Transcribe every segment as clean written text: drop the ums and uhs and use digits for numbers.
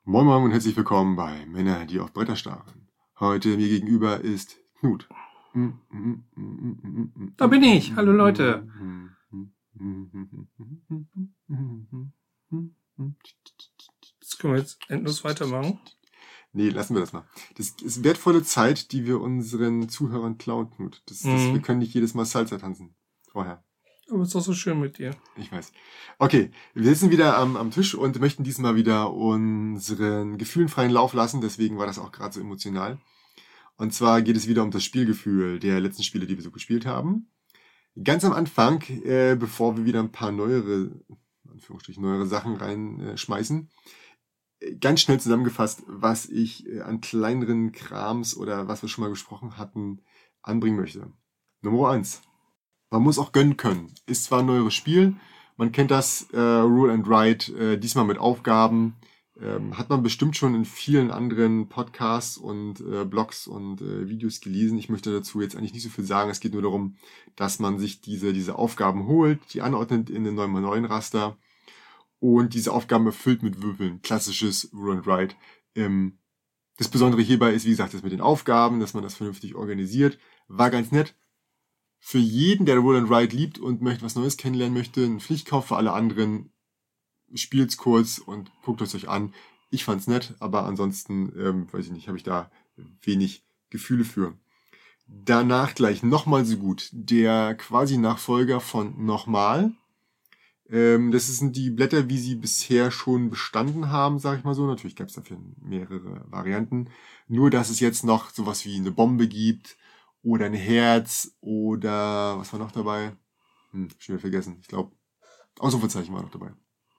Moin Moin und herzlich willkommen bei Männer, die auf Bretter starren. Heute mir gegenüber ist Knut. Da bin ich. Hallo Leute. Das können wir jetzt endlos weitermachen. Nee, lassen wir das mal. Das ist wertvolle Zeit, die wir unseren Zuhörern klauen, Knut. Wir können nicht jedes Mal Salsa tanzen. Vorher. Aber es ist doch so schön mit dir. Ich weiß. Okay, wir sitzen wieder am Tisch und möchten diesmal wieder unseren Gefühlen freien Lauf lassen. Deswegen war das auch gerade so emotional. Und zwar geht es wieder um das Spielgefühl der letzten Spiele, die wir so gespielt haben. Ganz am Anfang, bevor wir wieder ein paar neuere Sachen reinschmeißen, ganz schnell zusammengefasst, was ich an kleineren Krams oder was wir schon mal besprochen hatten, anbringen möchte. Nummer 1. Man muss auch gönnen können. Ist zwar ein neueres Spiel, man kennt das Roll and Write, diesmal mit Aufgaben. Hat man bestimmt schon in vielen anderen Podcasts und Blogs und Videos gelesen. Ich möchte dazu jetzt eigentlich nicht so viel sagen. Es geht nur darum, dass man sich diese Aufgaben holt, die anordnet in den neuen Raster und diese Aufgaben erfüllt mit Würfeln. Klassisches Roll and Write. Das Besondere hierbei ist, wie gesagt, das mit den Aufgaben, dass man das vernünftig organisiert. War ganz nett. Für jeden, der Roll and Write liebt und was Neues kennenlernen möchte, ein Pflichtkauf. Für alle anderen, spielt's kurz und guckt es euch an. Ich fand's nett, aber ansonsten, weiß ich nicht, habe ich da wenig Gefühle für. Danach gleich nochmal so gut. Der quasi Nachfolger von Nochmal. Das sind die Blätter, wie sie bisher schon bestanden haben, sag ich mal so. Natürlich gab es dafür mehrere Varianten. Nur, dass es jetzt noch sowas wie eine Bombe gibt oder ein Herz oder was war noch dabei? Schon wieder vergessen. Ich glaube, Ausrufezeichen war noch dabei.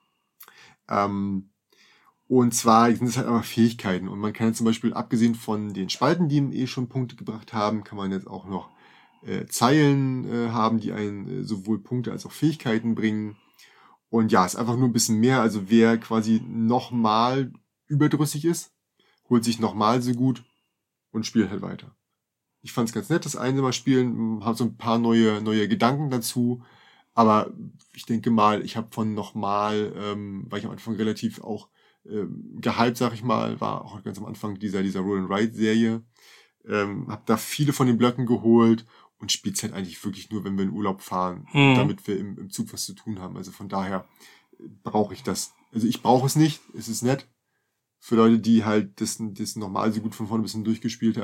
Und zwar sind es halt aber Fähigkeiten. Und man kann jetzt zum Beispiel, abgesehen von den Spalten, die ihm schon Punkte gebracht haben, kann man jetzt auch noch Zeilen haben, die einen sowohl Punkte als auch Fähigkeiten bringen. Und ja, ist einfach nur ein bisschen mehr. Also wer quasi nochmal überdrüssig ist, holt sich nochmal so gut und spielt halt weiter. Ich fand es ganz nett, das eine Mal spielen, habe so ein paar neue Gedanken dazu. Aber ich denke mal, ich habe von Nochmal, war ich am Anfang relativ auch gehypt, sag ich mal, war auch ganz am Anfang dieser Roll and Write Serie. Habe da viele von den Blöcken geholt und spiel's halt eigentlich wirklich nur, wenn wir in Urlaub fahren, damit wir im Zug was zu tun haben. Also von daher brauche ich das. Also ich brauche es nicht, es ist nett. Für Leute, die halt das Nochmal so gut von vorne bis hin durchgespielt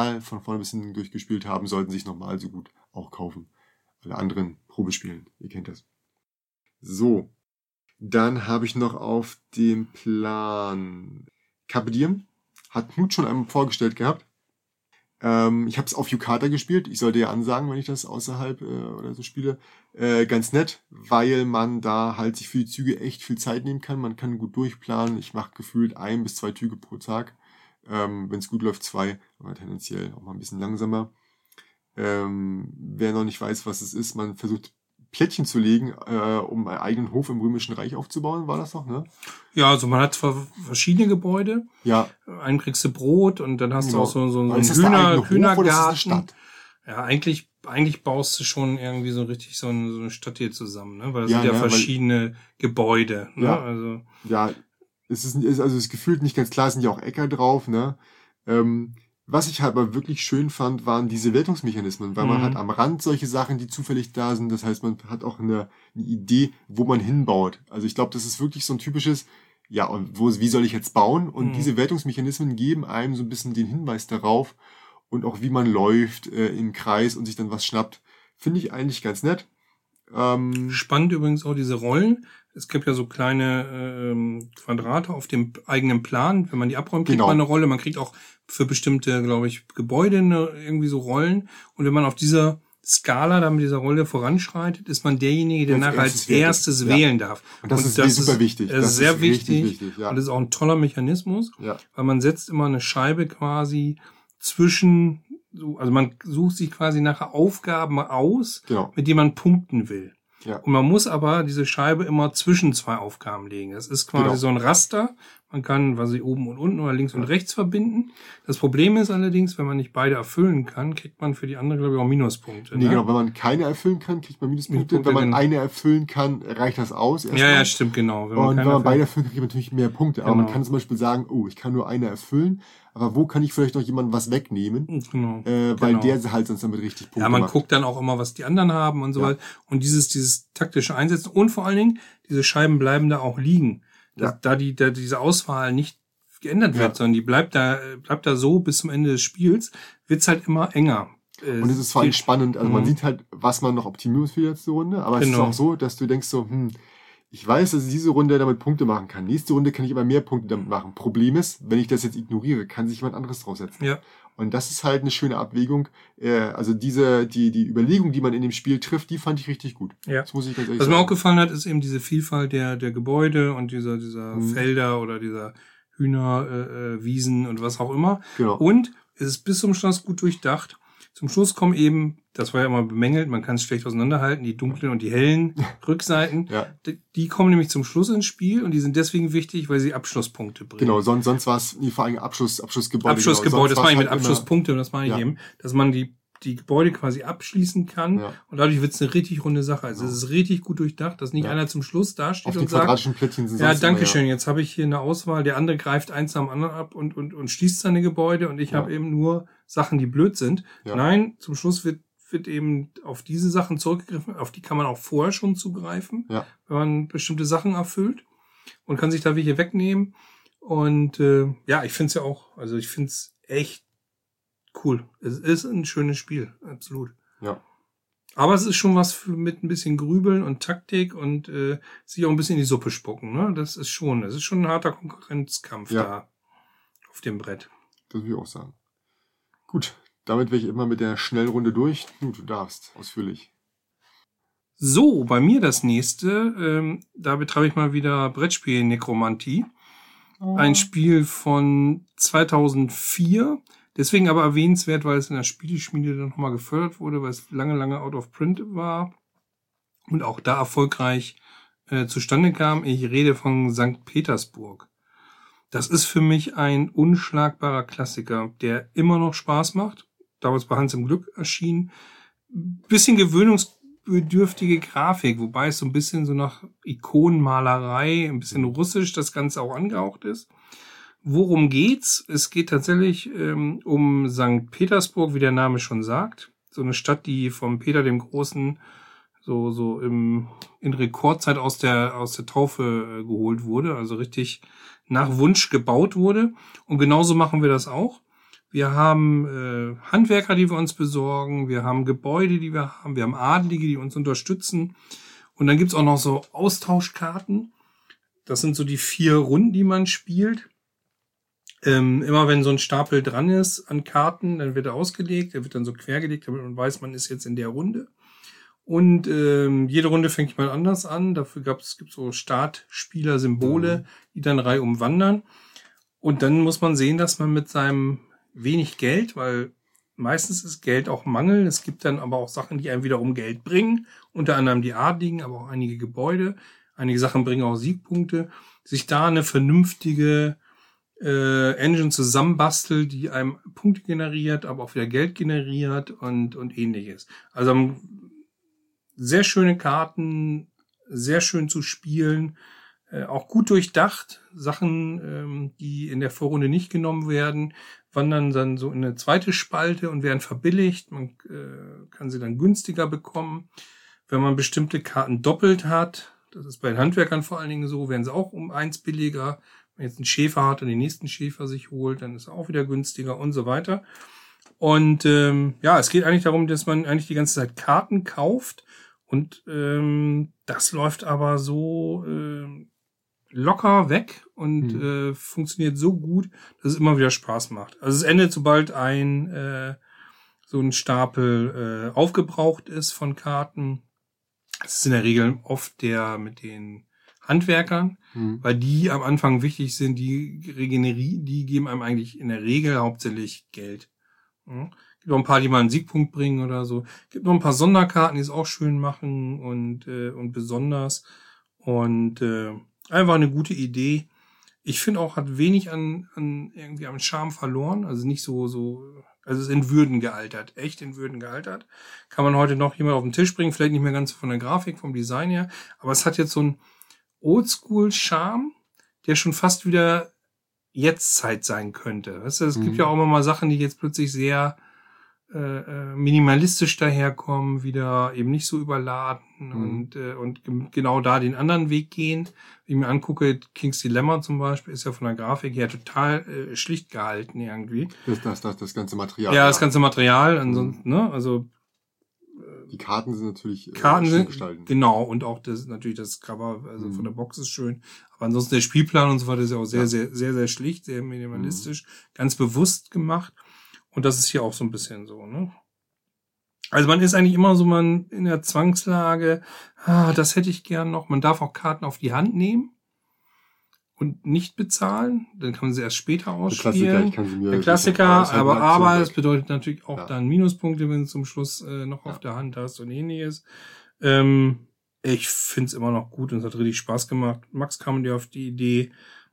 haben, sollten sich Nochmal so gut auch kaufen. Alle anderen Probespielen, ihr kennt das. So, dann habe ich noch auf dem Plan Carpe Diem. Hat Knut schon einmal vorgestellt gehabt. Ich habe es auf Yukata gespielt. Ich sollte ja ansagen, wenn ich das außerhalb oder so spiele. Ganz nett, weil man da halt sich für die Züge echt viel Zeit nehmen kann. Man kann gut durchplanen. Ich mache gefühlt 1 bis 2 Züge pro Tag. Wenn es gut läuft 2, aber tendenziell auch mal ein bisschen langsamer. Wer noch nicht weiß, was es ist, man versucht Plättchen zu legen, um einen eigenen Hof im Römischen Reich aufzubauen, war das doch, ne? Ja, also man hat zwar verschiedene Gebäude. Ja. Einen kriegst du Brot und dann hast du auch so einen Hühnergarten. Ja, eigentlich baust du schon irgendwie so richtig so eine Stadt hier zusammen, ne? Weil das sind ja verschiedene Gebäude, ne? Ja. Also. Ja, es ist gefühlt nicht ganz klar, es sind ja auch Äcker drauf, ne? Was ich halt aber wirklich schön fand, waren diese Wertungsmechanismen, weil man hat am Rand solche Sachen, die zufällig da sind. Das heißt, man hat auch eine Idee, wo man hinbaut. Also ich glaube, das ist wirklich so ein typisches, ja, und wie soll ich jetzt bauen? Und diese Wertungsmechanismen geben einem so ein bisschen den Hinweis darauf und auch wie man läuft im Kreis und sich dann was schnappt. Finde ich eigentlich ganz nett. Spannend übrigens auch diese Rollen. Es gibt ja so kleine Quadrate auf dem eigenen Plan. Wenn man die abräumt, kriegt man eine Rolle. Man kriegt auch für bestimmte, glaube ich, Gebäude irgendwie so Rollen. Und wenn man auf dieser Skala da mit dieser Rolle voranschreitet, ist man derjenige, der nachher als erstes wählen darf. Und das ist super wichtig. Das ist sehr wichtig. Ja. Und das ist auch ein toller Mechanismus, ja. Weil man setzt immer eine Scheibe quasi zwischen, also man sucht sich quasi nachher Aufgaben aus, mit denen man punkten will. Ja. Und man muss aber diese Scheibe immer zwischen 2 Aufgaben legen. Das ist quasi so ein Raster. Man kann, oben und unten oder links und rechts verbinden. Das Problem ist allerdings, wenn man nicht beide erfüllen kann, kriegt man für die andere, glaube ich, auch Minuspunkte. Nee, genau. Wenn man keine erfüllen kann, kriegt man Minuspunkte. Wenn man eine erfüllen kann, reicht das aus. Ja, stimmt, genau. Wenn man beide erfüllen kann, kriegt man natürlich mehr Punkte. Aber man kann zum Beispiel sagen, ich kann nur eine erfüllen. Aber wo kann ich vielleicht noch jemandem was wegnehmen? Genau. Weil der halt sonst damit richtig Punkte macht. Ja, man guckt dann auch immer, was die anderen haben und so weiter. Und dieses taktische Einsetzen und vor allen Dingen, diese Scheiben bleiben da auch liegen. Da diese Auswahl nicht geändert wird, sondern die bleibt da so bis zum Ende des Spiels, wird's halt immer enger. Und es ist vor allem spannend, also man sieht halt, was man noch optimieren muss für die letzte Runde, aber es ist auch so, dass du denkst so, ich weiß, dass ich diese Runde damit Punkte machen kann. Nächste Runde kann ich aber mehr Punkte damit machen. Problem ist, wenn ich das jetzt ignoriere, kann sich jemand anderes draufsetzen. Ja. Und das ist halt eine schöne Abwägung. Also die Überlegung, die man in dem Spiel trifft, die fand ich richtig gut. Ja. Das muss ich ganz ehrlich sagen. Was mir auch gefallen hat, ist eben diese Vielfalt der Gebäude und dieser Felder oder dieser Hühner, Wiesen und was auch immer. Genau. Und es ist bis zum Schluss gut durchdacht. Zum Schluss kommen eben, das war ja immer bemängelt, man kann es schlecht auseinanderhalten, die dunklen und die hellen Rückseiten. Die kommen nämlich zum Schluss ins Spiel und die sind deswegen wichtig, weil sie Abschlusspunkte bringen. Genau, sonst war es vor allem Abschlussgebäude. Abschlussgebäude, das meine ich mit Abschlusspunkte, das meine ich eben, dass man die Gebäude quasi abschließen kann und dadurch wird es eine richtig runde Sache. Also es ist richtig gut durchdacht, dass nicht einer zum Schluss dasteht und sagt, Plättchen sind danke schön, jetzt habe ich hier eine Auswahl, der andere greift eins am anderen ab und schließt seine Gebäude und ich habe eben nur Sachen, die blöd sind. Ja. Nein, zum Schluss wird eben auf diese Sachen zurückgegriffen, auf die kann man auch vorher schon zugreifen, wenn man bestimmte Sachen erfüllt und kann sich da welche wegnehmen. Und ich finde es ja auch, also ich finde es echt cool. Es ist ein schönes Spiel, absolut. Ja. Aber es ist schon was mit ein bisschen Grübeln und Taktik und sich auch ein bisschen in die Suppe spucken. Ne? Das ist schon ein harter Konkurrenzkampf da auf dem Brett. Das will ich auch sagen. Gut, damit wäre ich immer mit der Schnellrunde durch. Du darfst, ausführlich. So, bei mir das nächste. Da betreibe ich mal wieder Brettspiel Nekromantie. Ein Spiel von 2004. Deswegen aber erwähnenswert, weil es in der Spieleschmiede dann nochmal gefördert wurde, weil es lange out of print war und auch da erfolgreich zustande kam. Ich rede von St. Petersburg. Das ist für mich ein unschlagbarer Klassiker, der immer noch Spaß macht. Damals bei Hans im Glück erschienen. Bisschen gewöhnungsbedürftige Grafik, wobei es so ein bisschen so nach Ikonenmalerei, ein bisschen russisch das Ganze auch angehaucht ist. Worum geht's? Es geht tatsächlich um St. Petersburg, wie der Name schon sagt. So eine Stadt, die vom Peter dem Großen so in Rekordzeit aus der Taufe geholt wurde, also richtig nach Wunsch gebaut wurde. Und genauso machen wir das auch. Wir haben Handwerker, die wir uns besorgen, wir haben Gebäude, die wir haben Adlige, die uns unterstützen. Und dann gibt's auch noch so Austauschkarten. Das sind so die 4 Runden, die man spielt. Immer wenn so ein Stapel dran ist an Karten, dann wird er ausgelegt, er wird dann so quergelegt, damit man weiß, man ist jetzt in der Runde. Und jede Runde fängt mal anders an. Dafür gibt's so Startspieler-Symbole, die dann reihum wandern. Und dann muss man sehen, dass man mit seinem wenig Geld, weil meistens ist Geld auch Mangel. Es gibt dann aber auch Sachen, die einem wiederum Geld bringen. Unter anderem die Adligen, aber auch einige Gebäude. Einige Sachen bringen auch Siegpunkte. Sich da eine vernünftige Engine zusammenbastelt, die einem Punkte generiert, aber auch wieder Geld generiert und ähnliches. Also sehr schöne Karten, sehr schön zu spielen, auch gut durchdacht. Sachen, die in der Vorrunde nicht genommen werden, wandern dann so in eine zweite Spalte und werden verbilligt. Man kann sie dann günstiger bekommen. Wenn man bestimmte Karten doppelt hat, das ist bei den Handwerkern vor allen Dingen so, werden sie auch um 1 billiger. Wenn jetzt einen Schäfer hat und den nächsten Schäfer sich holt, dann ist er auch wieder günstiger und so weiter. Und es geht eigentlich darum, dass man eigentlich die ganze Zeit Karten kauft und das läuft aber so locker weg und funktioniert so gut, dass es immer wieder Spaß macht. Also es endet, sobald so ein Stapel aufgebraucht ist von Karten. Das ist in der Regel oft der mit den Handwerkern, weil die am Anfang wichtig sind, die geben einem eigentlich in der Regel hauptsächlich Geld. Gibt noch ein paar, die mal einen Siegpunkt bringen oder so. Gibt noch ein paar Sonderkarten, die es auch schön machen und besonders. Und einfach eine gute Idee. Ich finde auch, hat wenig an irgendwie am Charme verloren. Also nicht so, also ist in Würden gealtert. Echt in Würden gealtert. Kann man heute noch jemand auf den Tisch bringen. Vielleicht nicht mehr ganz von der Grafik, vom Design her. Aber es hat jetzt so einen Oldschool-Charme, der schon fast wieder Jetztzeit sein könnte. Weißt du, es gibt ja auch immer mal Sachen, die jetzt plötzlich sehr minimalistisch daherkommen, wieder eben nicht so überladen und genau da den anderen Weg gehen. Wenn ich mir angucke, King's Dilemma zum Beispiel ist ja von der Grafik her total schlicht gehalten irgendwie. Das ganze Material. Ja, das ganze Material, ansonsten, ne, also die Karten sind natürlich schön gestalten. Genau, und auch natürlich das Cover, also von der Box ist schön. Aber ansonsten der Spielplan und so weiter ist ja auch sehr schlicht, sehr minimalistisch, ganz bewusst gemacht. Und das ist hier auch so ein bisschen so, ne? Also man ist eigentlich immer so man in der Zwangslage, das hätte ich gern noch. Man darf auch Karten auf die Hand nehmen und nicht bezahlen. Dann kann man sie erst später ausspielen. Der Klassiker, aber das bedeutet natürlich auch dann Minuspunkte, wenn du zum Schluss noch auf der Hand hast und ähnliches. Ich find's immer noch gut und es hat richtig Spaß gemacht. Max kam dir auf die Idee,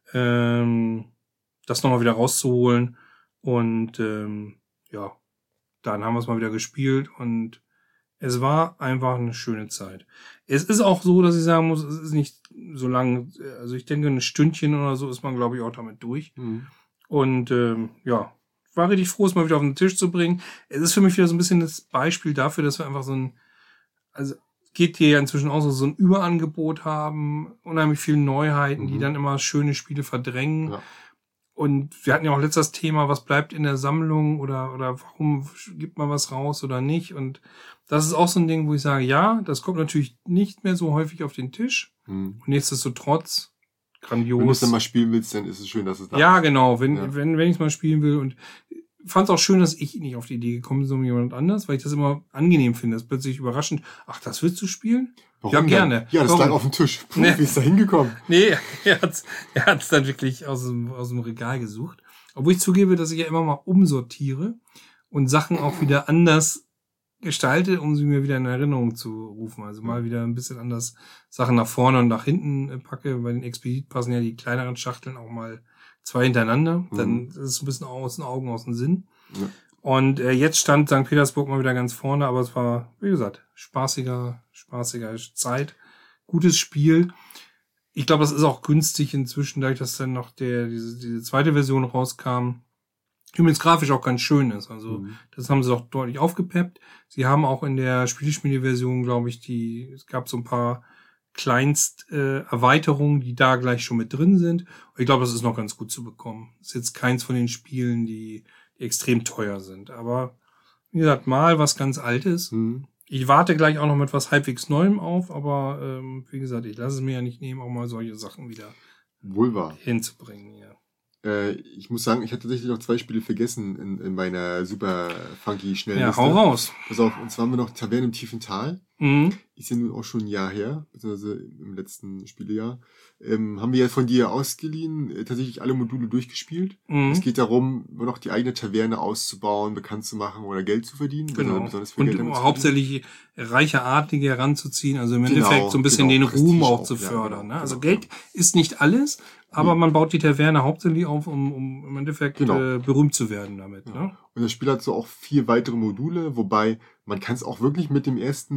das nochmal wieder rauszuholen. Und ja, dann haben wir es mal wieder gespielt und es war einfach eine schöne Zeit. Es ist auch so, dass ich sagen muss, es ist nicht so lang, also ich denke ein Stündchen oder so ist man, glaube ich, auch damit durch. Und ja, war richtig froh, es mal wieder auf den Tisch zu bringen. Es ist für mich wieder so ein bisschen das Beispiel dafür, dass wir einfach also geht hier ja inzwischen auch so ein Überangebot haben, unheimlich viele Neuheiten, die dann immer schöne Spiele verdrängen. Ja. Und wir hatten ja auch letztes Thema, was bleibt in der Sammlung oder warum gibt man was raus oder nicht. Und das ist auch so ein Ding, wo ich sage, ja, das kommt natürlich nicht mehr so häufig auf den Tisch. Und nichtsdestotrotz grandios. Wenn du es dann mal spielen willst, dann ist es schön, dass es da ist. Ja, genau. Wenn ich es mal spielen will. Und fand es auch schön, dass ich nicht auf die Idee gekommen bin, sondern jemand anders, weil ich das immer angenehm finde. Das ist plötzlich überraschend. Ach, das willst du spielen? Warum ja, denn? gerne. Ja, das lag auf dem Tisch. Puh, wie ist da hingekommen? Nee, er hat's dann wirklich aus dem Regal gesucht. Obwohl ich zugebe, dass ich ja immer mal umsortiere und Sachen auch wieder anders gestalte, um sie mir wieder in Erinnerung zu rufen. Also mal wieder ein bisschen anders Sachen nach vorne und nach hinten packe. Bei den Expedit passen ja die kleineren Schachteln auch mal 2 hintereinander. Dann ist es so ein bisschen aus den Augen, aus dem Sinn. Ja. Und jetzt stand St. Petersburg mal wieder ganz vorne, aber es war, wie gesagt, spaßiger Zeit. Gutes Spiel. Ich glaube, das ist auch günstig inzwischen, dadurch, dass dann noch diese zweite Version rauskam. Übrigens grafisch auch ganz schön ist. Also das haben sie doch deutlich aufgepeppt. Sie haben auch in der Spieleschmiede-Version, glaube ich, es gab so ein paar Erweiterungen, die da gleich schon mit drin sind. Und ich glaube, das ist noch ganz gut zu bekommen. Das ist jetzt keins von den Spielen, die extrem teuer sind. Aber wie gesagt, mal was ganz Altes. Ich warte gleich auch noch mit was halbwegs Neuem auf, aber wie gesagt, ich lasse es mir ja nicht nehmen, auch mal solche Sachen wieder wohl wahr hinzubringen. Ja. Ich muss sagen, ich hatte tatsächlich noch 2 Spiele vergessen in meiner super funky schnellen Liste. Ja, hau raus. Pass auf, und zwar haben wir noch Taverne im tiefen Tal. Ist ja nun auch schon ein Jahr her, beziehungsweise im letzten Spielejahr. Haben wir ja von dir ausgeliehen, tatsächlich alle Module durchgespielt. Es geht darum, nur noch die eigene Taverne auszubauen, bekannt zu machen oder Geld zu verdienen. Genau. Besonders viel Geld damit hauptsächlich reiche Adlige heranzuziehen, also im Endeffekt so ein bisschen den Ruhm auch zu fördern. Ne? Also Geld ist nicht alles, aber man baut die Taverne hauptsächlich auf, um im Endeffekt berühmt zu werden damit. Ja. Ne? Und das Spiel hat so auch 4 weitere Module, wobei man kann es auch wirklich mit dem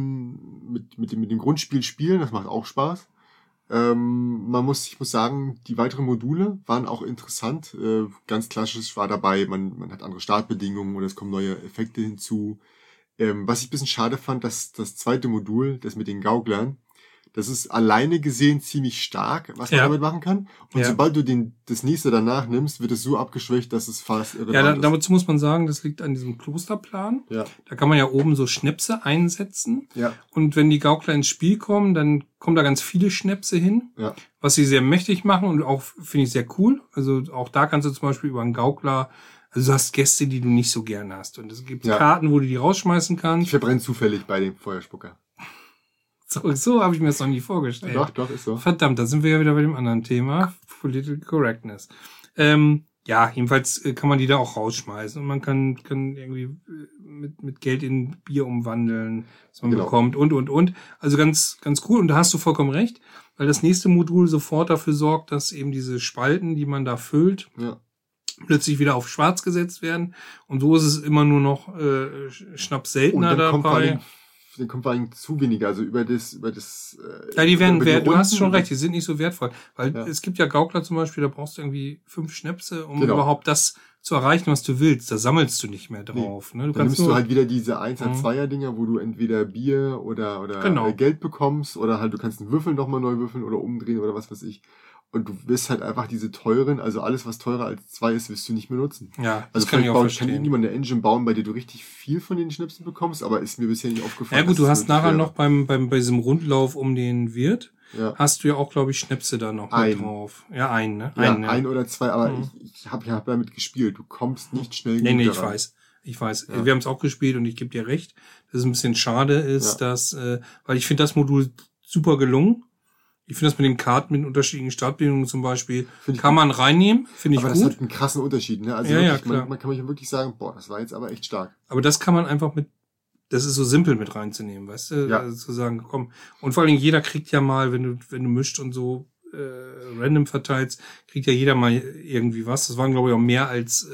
Grundspiel spielen, das macht auch Spaß. Ich muss sagen, die weiteren Module waren auch interessant. Ganz klassisch war dabei, man hat andere Startbedingungen oder es kommen neue Effekte hinzu. Was ich ein bisschen schade fand, dass das zweite Modul, das mit den Gauklern, das ist alleine gesehen ziemlich stark, was man damit machen kann. Und sobald du das nächste danach nimmst, wird es so abgeschwächt, dass es fast irrelevant ist. Dazu muss man sagen, das liegt an diesem Klosterplan. Ja. Da kann man ja oben so Schnäpse einsetzen. Ja. Und wenn die Gaukler ins Spiel kommen, dann kommen da ganz viele Schnäpse hin, was sie sehr mächtig machen und auch, finde ich, sehr cool. Also auch da kannst du zum Beispiel über einen Gaukler, also du hast Gäste, die du nicht so gern hast. Und es gibt Karten, wo du die rausschmeißen kannst. Ich verbrenne zufällig bei dem Feuerspucker. So habe ich mir das noch nie vorgestellt. Doch, ist so. Verdammt, da sind wir ja wieder bei dem anderen Thema. Political Correctness. Ja, jedenfalls kann man die da auch rausschmeißen und man kann irgendwie mit Geld in Bier umwandeln, was man bekommt und. Also ganz cool und da hast du vollkommen recht, weil das nächste Modul sofort dafür sorgt, dass eben diese Spalten, die man da füllt, plötzlich wieder auf schwarz gesetzt werden und so ist es immer nur noch Schnaps seltener dabei. Dann kommt vor allem zu weniger, also über das. Ja, die werden wert. Du hast schon recht, die sind nicht so wertvoll, weil es gibt ja Gaukler zum Beispiel, da brauchst du irgendwie 5 Schnäpse, um überhaupt das zu erreichen, was du willst. Da sammelst du nicht mehr drauf. Ne? Dann nimmst du halt wieder diese 1er-2er-Dinger, wo du entweder Bier oder Geld bekommst oder halt du kannst einen Würfel nochmal neu würfeln oder umdrehen oder was weiß ich. Und du wirst halt einfach diese teuren, also alles, was teurer als 2 ist, wirst du nicht mehr nutzen. Ja, also vielleicht kann niemand eine Engine bauen, bei der du richtig viel von den Schnipseln bekommst, aber ist mir bisher nicht aufgefallen. Ja gut, du hast nachher noch bei diesem Rundlauf um den Wirt, hast du ja auch, glaube ich, Schnäpse da noch mit drauf. Ja, einen, ne? Ein oder 2, aber ich hab damit gespielt. Du kommst nicht schnell genug Nee, daran. Ich weiß. Ja. Wir haben es auch gespielt und ich gebe dir recht, dass es ein bisschen schade ist, dass, weil ich finde das Modul super gelungen. Ich finde das mit den Karten mit den unterschiedlichen Startbedingungen zum Beispiel, kann man reinnehmen, finde ich gut. Aber das hat einen krassen Unterschied, ne? Also wirklich, man kann mich wirklich sagen, boah, das war jetzt aber echt stark. Aber das kann man einfach das ist so simpel mit reinzunehmen, weißt du? Ja. Also zu sagen, komm. Und vor allen Dingen jeder kriegt ja mal, wenn du mischt und so random verteilst, kriegt ja jeder mal irgendwie was. Das waren, glaube ich, auch mehr als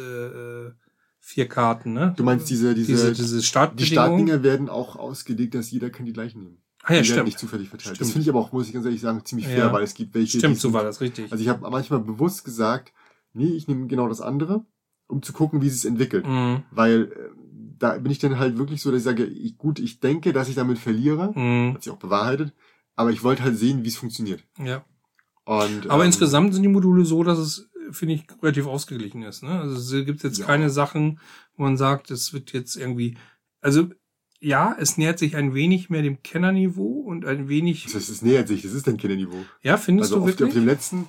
4 Karten, ne? Du meinst diese Startbedingungen? Die Startdinger werden auch ausgelegt, dass jeder kann die gleichen nehmen. Ah ja, die stimmt. werden nicht zufällig verteilt. Stimmt. Das finde ich aber auch, muss ich ganz ehrlich sagen, ziemlich fair, weil es gibt welche. Stimmt, so war das richtig. Also ich habe manchmal bewusst gesagt, nee, ich nehme genau das andere, um zu gucken, wie es sich entwickelt. Mhm. Weil da bin ich dann halt wirklich so, dass ich sage, ich denke, dass ich damit verliere, hat sich auch bewahrheitet, aber ich wollte halt sehen, wie es funktioniert. Ja. Und, aber insgesamt sind die Module so, dass es, finde ich, relativ ausgeglichen ist. Ne? Also es gibt jetzt keine Sachen, wo man sagt, es wird jetzt irgendwie, also ja, es nähert sich ein wenig mehr dem Kennerniveau und ein wenig... Das heißt, es nähert sich, das ist dein Kennerniveau. Ja, findest du wirklich? Auf dem letzten,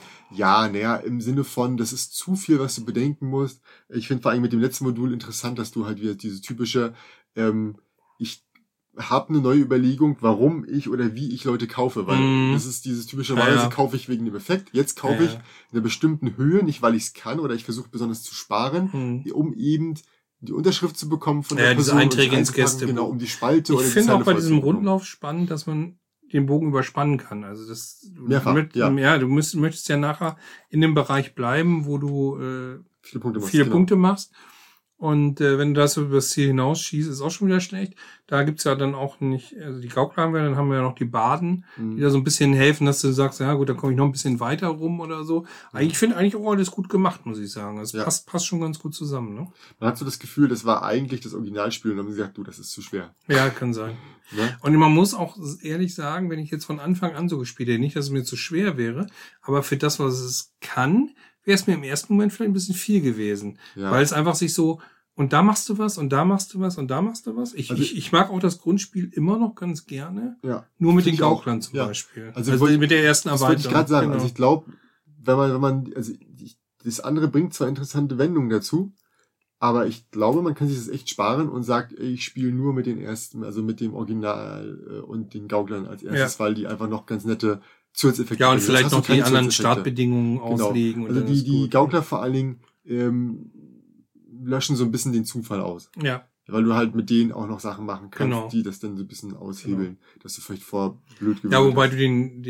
im Sinne von, das ist zu viel, was du bedenken musst. Ich finde vor allem mit dem letzten Modul interessant, dass du halt wieder diese typische, ich habe eine neue Überlegung, warum ich oder wie ich Leute kaufe, weil das ist dieses typische, kaufe ich wegen dem Effekt, jetzt kaufe ich in einer bestimmten Höhe, nicht weil ich es kann oder ich versuche besonders zu sparen, um eben die Unterschrift zu bekommen von der Person. Diese Einträge ins Gästebuch. Genau, um die Spalte oder die Ich finde auch bei diesem Rundlauf spannend, dass man den Bogen überspannen kann. Also das mehrfach, du möchtest ja nachher in dem Bereich bleiben, wo du viele Punkte machst. Und wenn du das über das Ziel hinausschießt, ist auch schon wieder schlecht. Da gibt's ja dann auch nicht, also die Gaukler haben wir, dann haben wir ja noch die Baden, die da so ein bisschen helfen, dass du sagst, ja gut, dann komme ich noch ein bisschen weiter rum oder so. Ich finde eigentlich auch alles gut gemacht, muss ich sagen. Das passt schon ganz gut zusammen. Ne? Man hat so das Gefühl, das war eigentlich das Originalspiel und dann haben sie gesagt, du, das ist zu schwer. Ja, kann sein. Ja? Und man muss auch ehrlich sagen, wenn ich jetzt von Anfang an so gespielt hätte, nicht, dass es mir zu schwer wäre, aber für das, was es kann, wäre es mir im ersten Moment vielleicht ein bisschen viel gewesen. Ja. Weil es einfach sich so, und da machst du was, und da machst du was, und da machst du was. Ich mag auch das Grundspiel immer noch ganz gerne. Ja. Nur mit den Gauklern zum Beispiel. Also mit der ersten Erweiterung. Das wollte ich gerade sagen. Genau. Also ich glaube, wenn man, das andere bringt zwar interessante Wendungen dazu, aber ich glaube, man kann sich das echt sparen und sagt, ich spiele nur mit den ersten, also mit dem Original und den Gauklern als erstes, weil die einfach noch ganz nette Zusatzeffekte haben. Ja, und vielleicht noch die anderen Startbedingungen auslegen. Also die Gaukler vor allen Dingen löschen so ein bisschen den Zufall aus. Ja. Weil du halt mit denen auch noch Sachen machen kannst, die das dann so ein bisschen aushebeln, dass du vielleicht blöd geworden Ja, wobei du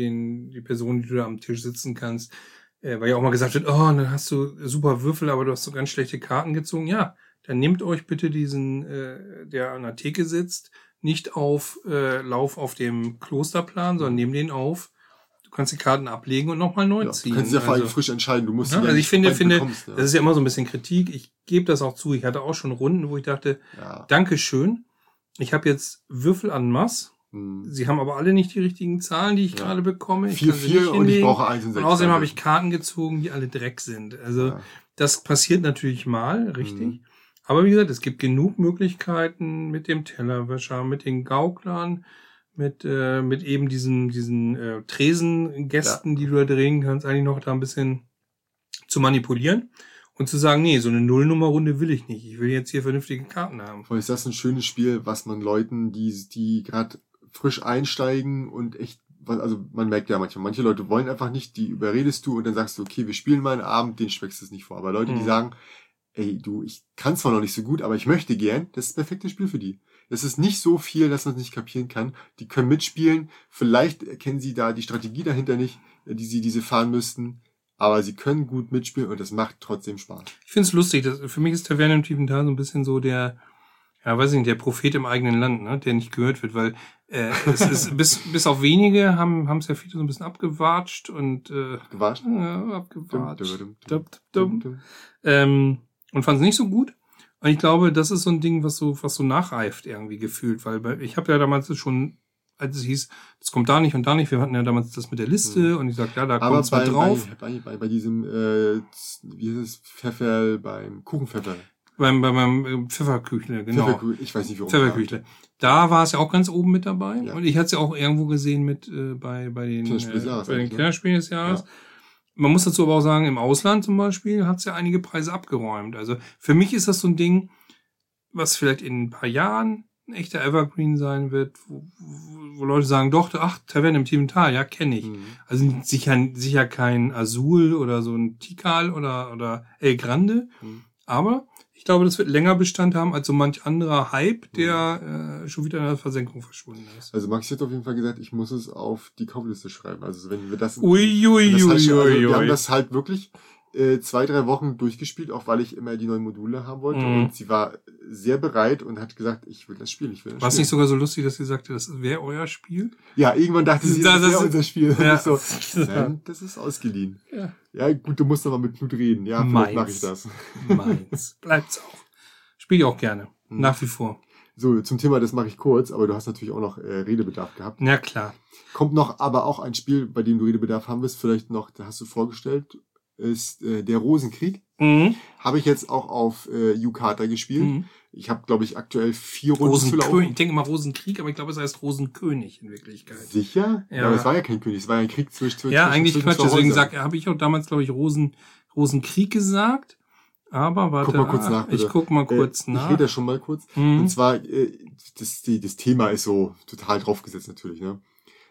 die Person, die du da am Tisch sitzen kannst, weil ja auch mal gesagt wird, dann hast du super Würfel, aber du hast so ganz schlechte Karten gezogen. Ja, dann nehmt euch bitte diesen, der an der Theke sitzt, nicht auf Lauf auf dem Klosterplan, sondern nehm den auf. Du kannst die Karten ablegen und nochmal neu ziehen. Du kannst ja vor allem frisch entscheiden. Du musst also ich finde, das ist ja immer so ein bisschen Kritik. Ich gebe das auch zu. Ich hatte auch schon Runden, wo ich dachte, Dankeschön. Ich habe jetzt Würfel en masse. Sie haben aber alle nicht die richtigen Zahlen, die ich gerade bekomme. 4 und ich brauche 1 und 6. Und außerdem habe ich Karten gezogen, die alle Dreck sind. Also das passiert natürlich mal, richtig. Aber wie gesagt, es gibt genug Möglichkeiten mit dem Tellerwäscher, mit den Gauklern, mit eben diesen Tresengästen, die du da drehen kannst, eigentlich noch da ein bisschen zu manipulieren und zu sagen, nee, so eine Nullnummerrunde will ich nicht. Ich will jetzt hier vernünftige Karten haben. Ist das ein schönes Spiel, was man Leuten, die gerade frisch einsteigen und echt also man merkt ja manchmal, manche Leute wollen einfach nicht, die überredest du und dann sagst du, okay, wir spielen mal einen Abend, den schmeckst du es nicht vor. Aber Leute, die sagen, ey, du, ich kann zwar noch nicht so gut, aber ich möchte gern, das ist das perfekte Spiel für die. Es ist nicht so viel, dass man es nicht kapieren kann. Die können mitspielen, vielleicht erkennen sie da die Strategie dahinter nicht, diese fahren müssten, aber sie können gut mitspielen und das macht trotzdem Spaß. Ich find's lustig, für mich ist Taverne im tiefen Tal so ein bisschen so der der Prophet im eigenen Land, ne, der nicht gehört wird, weil es ist bis auf wenige haben es ja viele so ein bisschen abgewatscht und Gewatscht? abgewatscht. Und fand es nicht so gut. Und ich glaube, das ist so ein Ding, was so nachreift irgendwie gefühlt, weil ich habe ja damals schon, als es hieß, das kommt da nicht und da nicht, wir hatten ja damals das mit der Liste und ich sag, ja, da kommt es mal drauf. Bei diesem, wie heißt es, Pfeffer, beim Kuchenpfeffer. Beim Pfefferküchle, genau. Ich weiß nicht, warum. Pfefferküchle. Da war es ja auch ganz oben mit dabei. Ja. Und ich hatte es ja auch irgendwo gesehen mit bei den Kinderspielen des Jahres. Ja. Man muss dazu aber auch sagen, im Ausland zum Beispiel hat es ja einige Preise abgeräumt. Also für mich ist das so ein Ding, was vielleicht in ein paar Jahren ein echter Evergreen sein wird, wo Leute sagen, doch, ach, Taverne im tiefen Tal, ja, kenne ich. Also sicher kein Azul oder so ein Tikal oder El Grande, aber ich glaube, das wird länger Bestand haben als so manch anderer Hype, der schon wieder in der Versenkung verschwunden ist. Also Max hat auf jeden Fall gesagt, ich muss es auf die Kaufliste schreiben. Also wenn wir das... Wir haben das halt wirklich 2-3 Wochen durchgespielt, auch weil ich immer die neuen Module haben wollte. Und sie war sehr bereit und hat gesagt, ich will das spielen. War es nicht sogar so lustig, dass sie sagte, das wäre euer Spiel? Ja, irgendwann dachte sie, das wäre unser Spiel. Ja. Und ich so, nein, das ist ausgeliehen. Ja, gut, du musst aber mit Knut reden. Ja, vielleicht mache ich das. Meins. Bleibt's auch. Spiel ich auch gerne. Nach wie vor. So, zum Thema, das mache ich kurz, aber du hast natürlich auch noch Redebedarf gehabt. Ja, klar. Kommt noch aber auch ein Spiel, bei dem du Redebedarf haben wirst, vielleicht noch, da hast du vorgestellt, ist der Rosenkrieg. Habe ich jetzt auch auf Yukata gespielt. Ich habe, glaube ich, aktuell 4 Runden zu laufen. Ich denke mal Rosenkrieg, aber ich glaube, es heißt Rosenkönig in Wirklichkeit. Sicher? Ja, aber es war ja kein König, es war ja ein Krieg zwischen Ja, eigentlich Quatsch, deswegen habe ich auch damals, glaube ich, Rosenkrieg gesagt. Aber warte, guck mal kurz nach, bitte. Ich guck mal kurz nach. Ich rede da schon mal kurz. Und zwar, das Thema ist so total draufgesetzt natürlich, ne?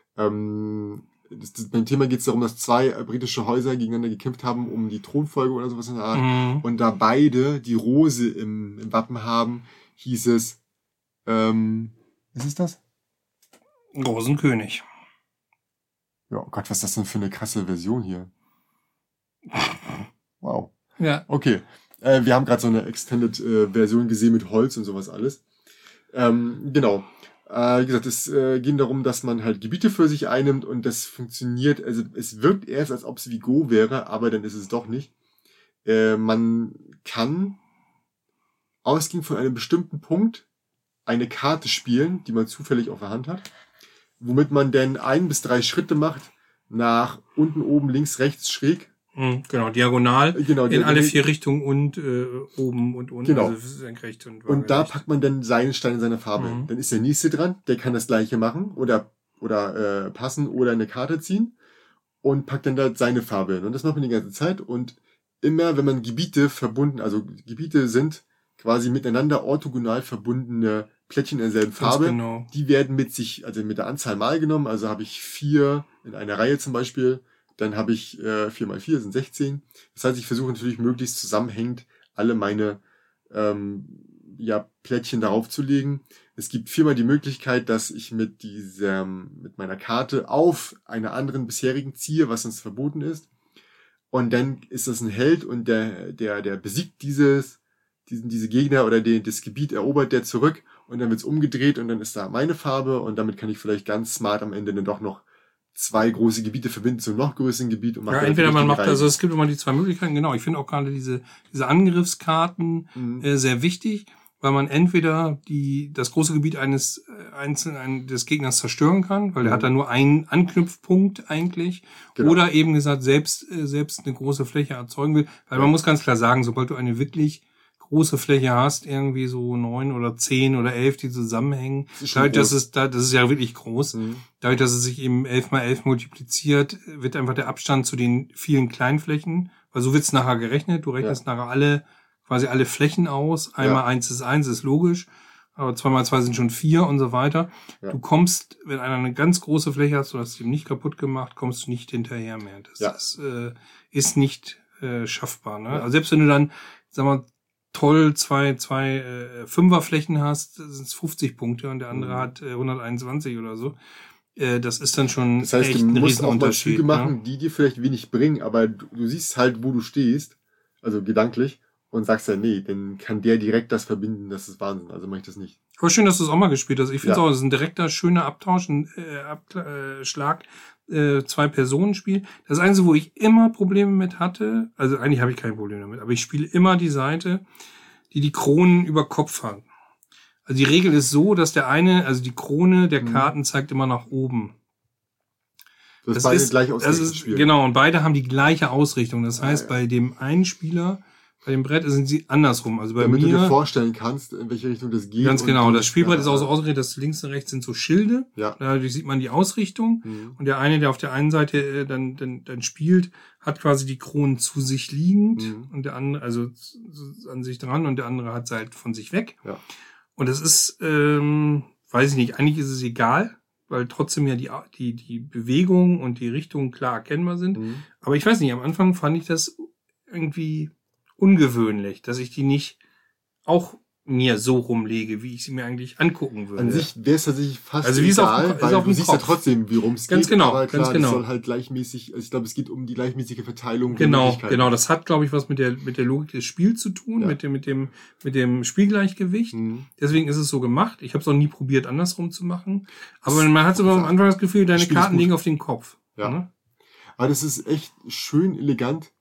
Beim Thema geht es darum, dass 2 britische Häuser gegeneinander gekämpft haben um die Thronfolge oder sowas in der Art. Und da beide die Rose im Wappen haben, hieß es, was ist das? Rosenkönig. Ja, oh Gott, was ist das denn für eine krasse Version hier? Wow. Ja. Okay. Wir haben gerade so eine Extended-Version gesehen mit Holz und sowas alles. Genau. Wie gesagt, es ging darum, dass man halt Gebiete für sich einnimmt und das funktioniert, also es wirkt erst, als ob es wie Go wäre, aber dann ist es doch nicht. Man kann ausgehend von einem bestimmten Punkt eine Karte spielen, die man zufällig auf der Hand hat, womit man dann 1 bis 3 Schritte macht, nach unten, oben, links, rechts, schräg. Genau, diagonal, in alle 4 Richtungen und oben und unten, genau. Also senkrecht und da packt man dann seinen Stein in seiner Farbe. Dann ist der nächste dran, der kann das gleiche machen oder passen oder eine Karte ziehen und packt dann da seine Farbe hin. Und das macht man die ganze Zeit und immer, wenn man Gebiete verbunden, also Gebiete sind quasi miteinander orthogonal verbundene Plättchen in derselben Farbe, genau. Die werden mit der Anzahl mal genommen, also habe ich 4 in einer Reihe zum Beispiel. Dann habe ich 4 mal 4 sind 16. Das heißt, ich versuche natürlich möglichst zusammenhängend alle meine Plättchen darauf zu legen. Es gibt 4-mal die Möglichkeit, dass ich mit meiner Karte auf einer anderen bisherigen ziehe, was sonst verboten ist. Und dann ist das ein Held und der besiegt diese Gegner oder das Gebiet erobert der zurück und dann wird's umgedreht und dann ist da meine Farbe und damit kann ich vielleicht ganz smart am Ende dann doch noch 2 große Gebiete verbinden zu einem noch größeren Gebiet. Und entweder man macht, also es gibt immer die 2 Möglichkeiten, genau. Ich finde auch gerade diese Angriffskarten sehr wichtig, weil man entweder das große Gebiet des Gegners zerstören kann, weil der hat da nur einen Anknüpfpunkt eigentlich, genau. Oder eben gesagt, selbst eine große Fläche erzeugen will, weil man muss ganz klar sagen, sobald du eine wirklich große Fläche hast, irgendwie so 9 oder 10 oder 11, die zusammenhängen. Das ist ja wirklich groß. Dadurch, dass es sich eben 11 mal 11 multipliziert, wird einfach der Abstand zu den vielen Kleinflächen, weil so wird's nachher gerechnet. Du rechnest nachher quasi alle Flächen aus. Einmal 1 ist 1, ist logisch. aber 2x2 sind schon 4 und so weiter. Ja. Du kommst, wenn einer eine ganz große Fläche hat, du hast ihm nicht kaputt gemacht, kommst du nicht hinterher mehr. Das ist nicht schaffbar. Ne? Ja. Also selbst wenn du dann, sag mal, toll zwei Fünferflächen hast, sind es 50 Punkte und der andere hat 121 oder so. Das ist dann schon das heißt, echt ein Riesenunterschied. Du musst auch mal Züge machen, die dir vielleicht wenig bringen, aber du siehst halt, wo du stehst, also gedanklich, und sagst ja, nee, dann kann der direkt das verbinden, das ist Wahnsinn, also mache ich das nicht. Aber schön, dass du es auch mal gespielt hast. Ich finde es auch, das ist ein direkter, schöner Abtausch, ein Schlag, 2-Personen-Spiel. Das Einzige, wo ich immer Probleme mit hatte, also eigentlich habe ich kein Problem damit, aber ich spiele immer die Seite, die Kronen über Kopf hat. Also die Regel ist so, dass also die Krone der Karten zeigt immer nach oben. Das beide gleich ausgerichtet spielen. Genau, und beide haben die gleiche Ausrichtung. Das heißt, bei dem einen Spieler, bei dem Brett sind sie andersrum. Also bei Damit mir, du dir vorstellen kannst, in welche Richtung das geht. Ganz genau. Das Spielbrett ist auch so ausgerichtet, dass links und rechts sind so Schilde. Ja. Dadurch sieht man die Ausrichtung. Und der eine, der auf der einen Seite dann spielt, hat quasi die Kronen zu sich liegend und der andere, also an sich dran, und der andere hat sie halt von sich weg. Ja. Und das ist, weiß ich nicht, eigentlich ist es egal, weil trotzdem ja die Bewegung und die Richtung klar erkennbar sind. Aber ich weiß nicht, am Anfang fand ich das irgendwie ungewöhnlich, dass ich die nicht auch mir so rumlege, wie ich sie mir eigentlich angucken würde. An sich wäre es tatsächlich fast also wie egal, ist weil auf du siehst ja trotzdem, wie rum es geht. Ganz genau, aber klar, ganz genau. Das soll halt gleichmäßig, also ich glaube, es geht um die gleichmäßige Verteilung der Möglichkeiten. Genau, das hat, glaube ich, was mit der Logik des Spiels zu tun, mit dem Spielgleichgewicht. Deswegen ist es so gemacht. Ich habe es auch nie probiert, andersrum zu machen. Aber man hat immer am Anfang das Gefühl, deine Karten liegen auf den Kopf. Ja. Ne? Aber das ist echt schön elegant.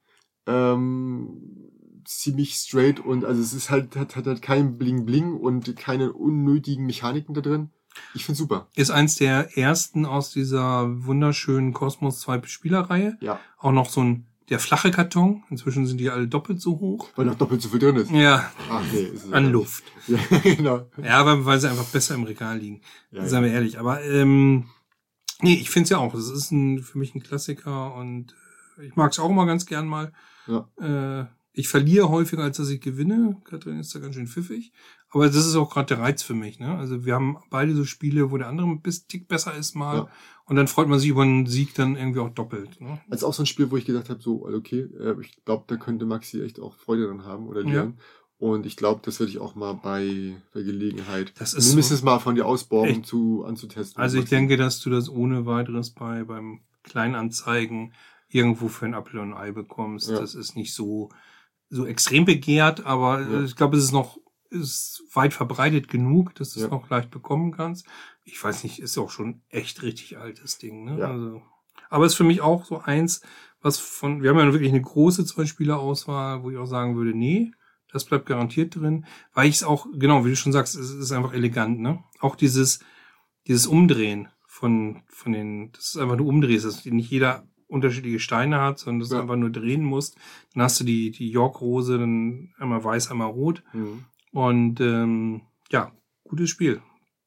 Ziemlich straight und also es ist hat halt kein Bling Bling und keine unnötigen Mechaniken da drin. Ich find's super. Ist eins der ersten aus dieser wunderschönen Kosmos 2 Spielerreihe. Ja. Auch noch so der flache Karton. Inzwischen sind die alle doppelt so hoch. Weil noch doppelt so viel drin ist. Ja. Ach nee. Ist es an Luft. Ja, genau. Ja, aber weil sie einfach besser im Regal liegen. Ja, Seien wir ehrlich. Aber nee, ich find's ja auch. Das ist für mich ein Klassiker und ich mag's auch immer ganz gern mal. Ja. Ich verliere häufiger, als dass ich gewinne. Katrin ist da ganz schön pfiffig. Aber das ist auch gerade der Reiz für mich. Ne? Also wir haben beide so Spiele, wo der andere ein bisschen Tick besser ist mal. Ja. Und dann freut man sich über einen Sieg dann irgendwie auch doppelt. Ne? Also auch so ein Spiel, wo ich gedacht habe, so, okay, ich glaube, da könnte Maxi echt auch Freude dran haben oder Leon. Ja. Und ich glaube, das werde ich auch mal bei der Gelegenheit mindestens mal von dir ausborgen anzutesten. Also ich denke, dass du das ohne weiteres beim Kleinanzeigen irgendwo für ein Apfel und ein Ei bekommst. Ja. Das ist nicht so extrem begehrt, aber ich glaube, es ist weit verbreitet genug, dass du es noch leicht bekommen kannst. Ich weiß nicht, ist auch schon echt richtig altes Ding, ne? Ja. Also, aber ist für mich auch so eins, wir haben ja wirklich eine große 2-Spieler-Auswahl, wo ich auch sagen würde, nee, das bleibt garantiert drin, weil ich es auch, genau, wie du schon sagst, es ist einfach elegant, ne? Auch dieses Umdrehen von den, das ist einfach nur umdrehst, dass nicht jeder unterschiedliche Steine hat, sondern dass du einfach nur drehen musst. Dann hast du die York-Rose, dann einmal weiß, einmal rot. Und gutes Spiel.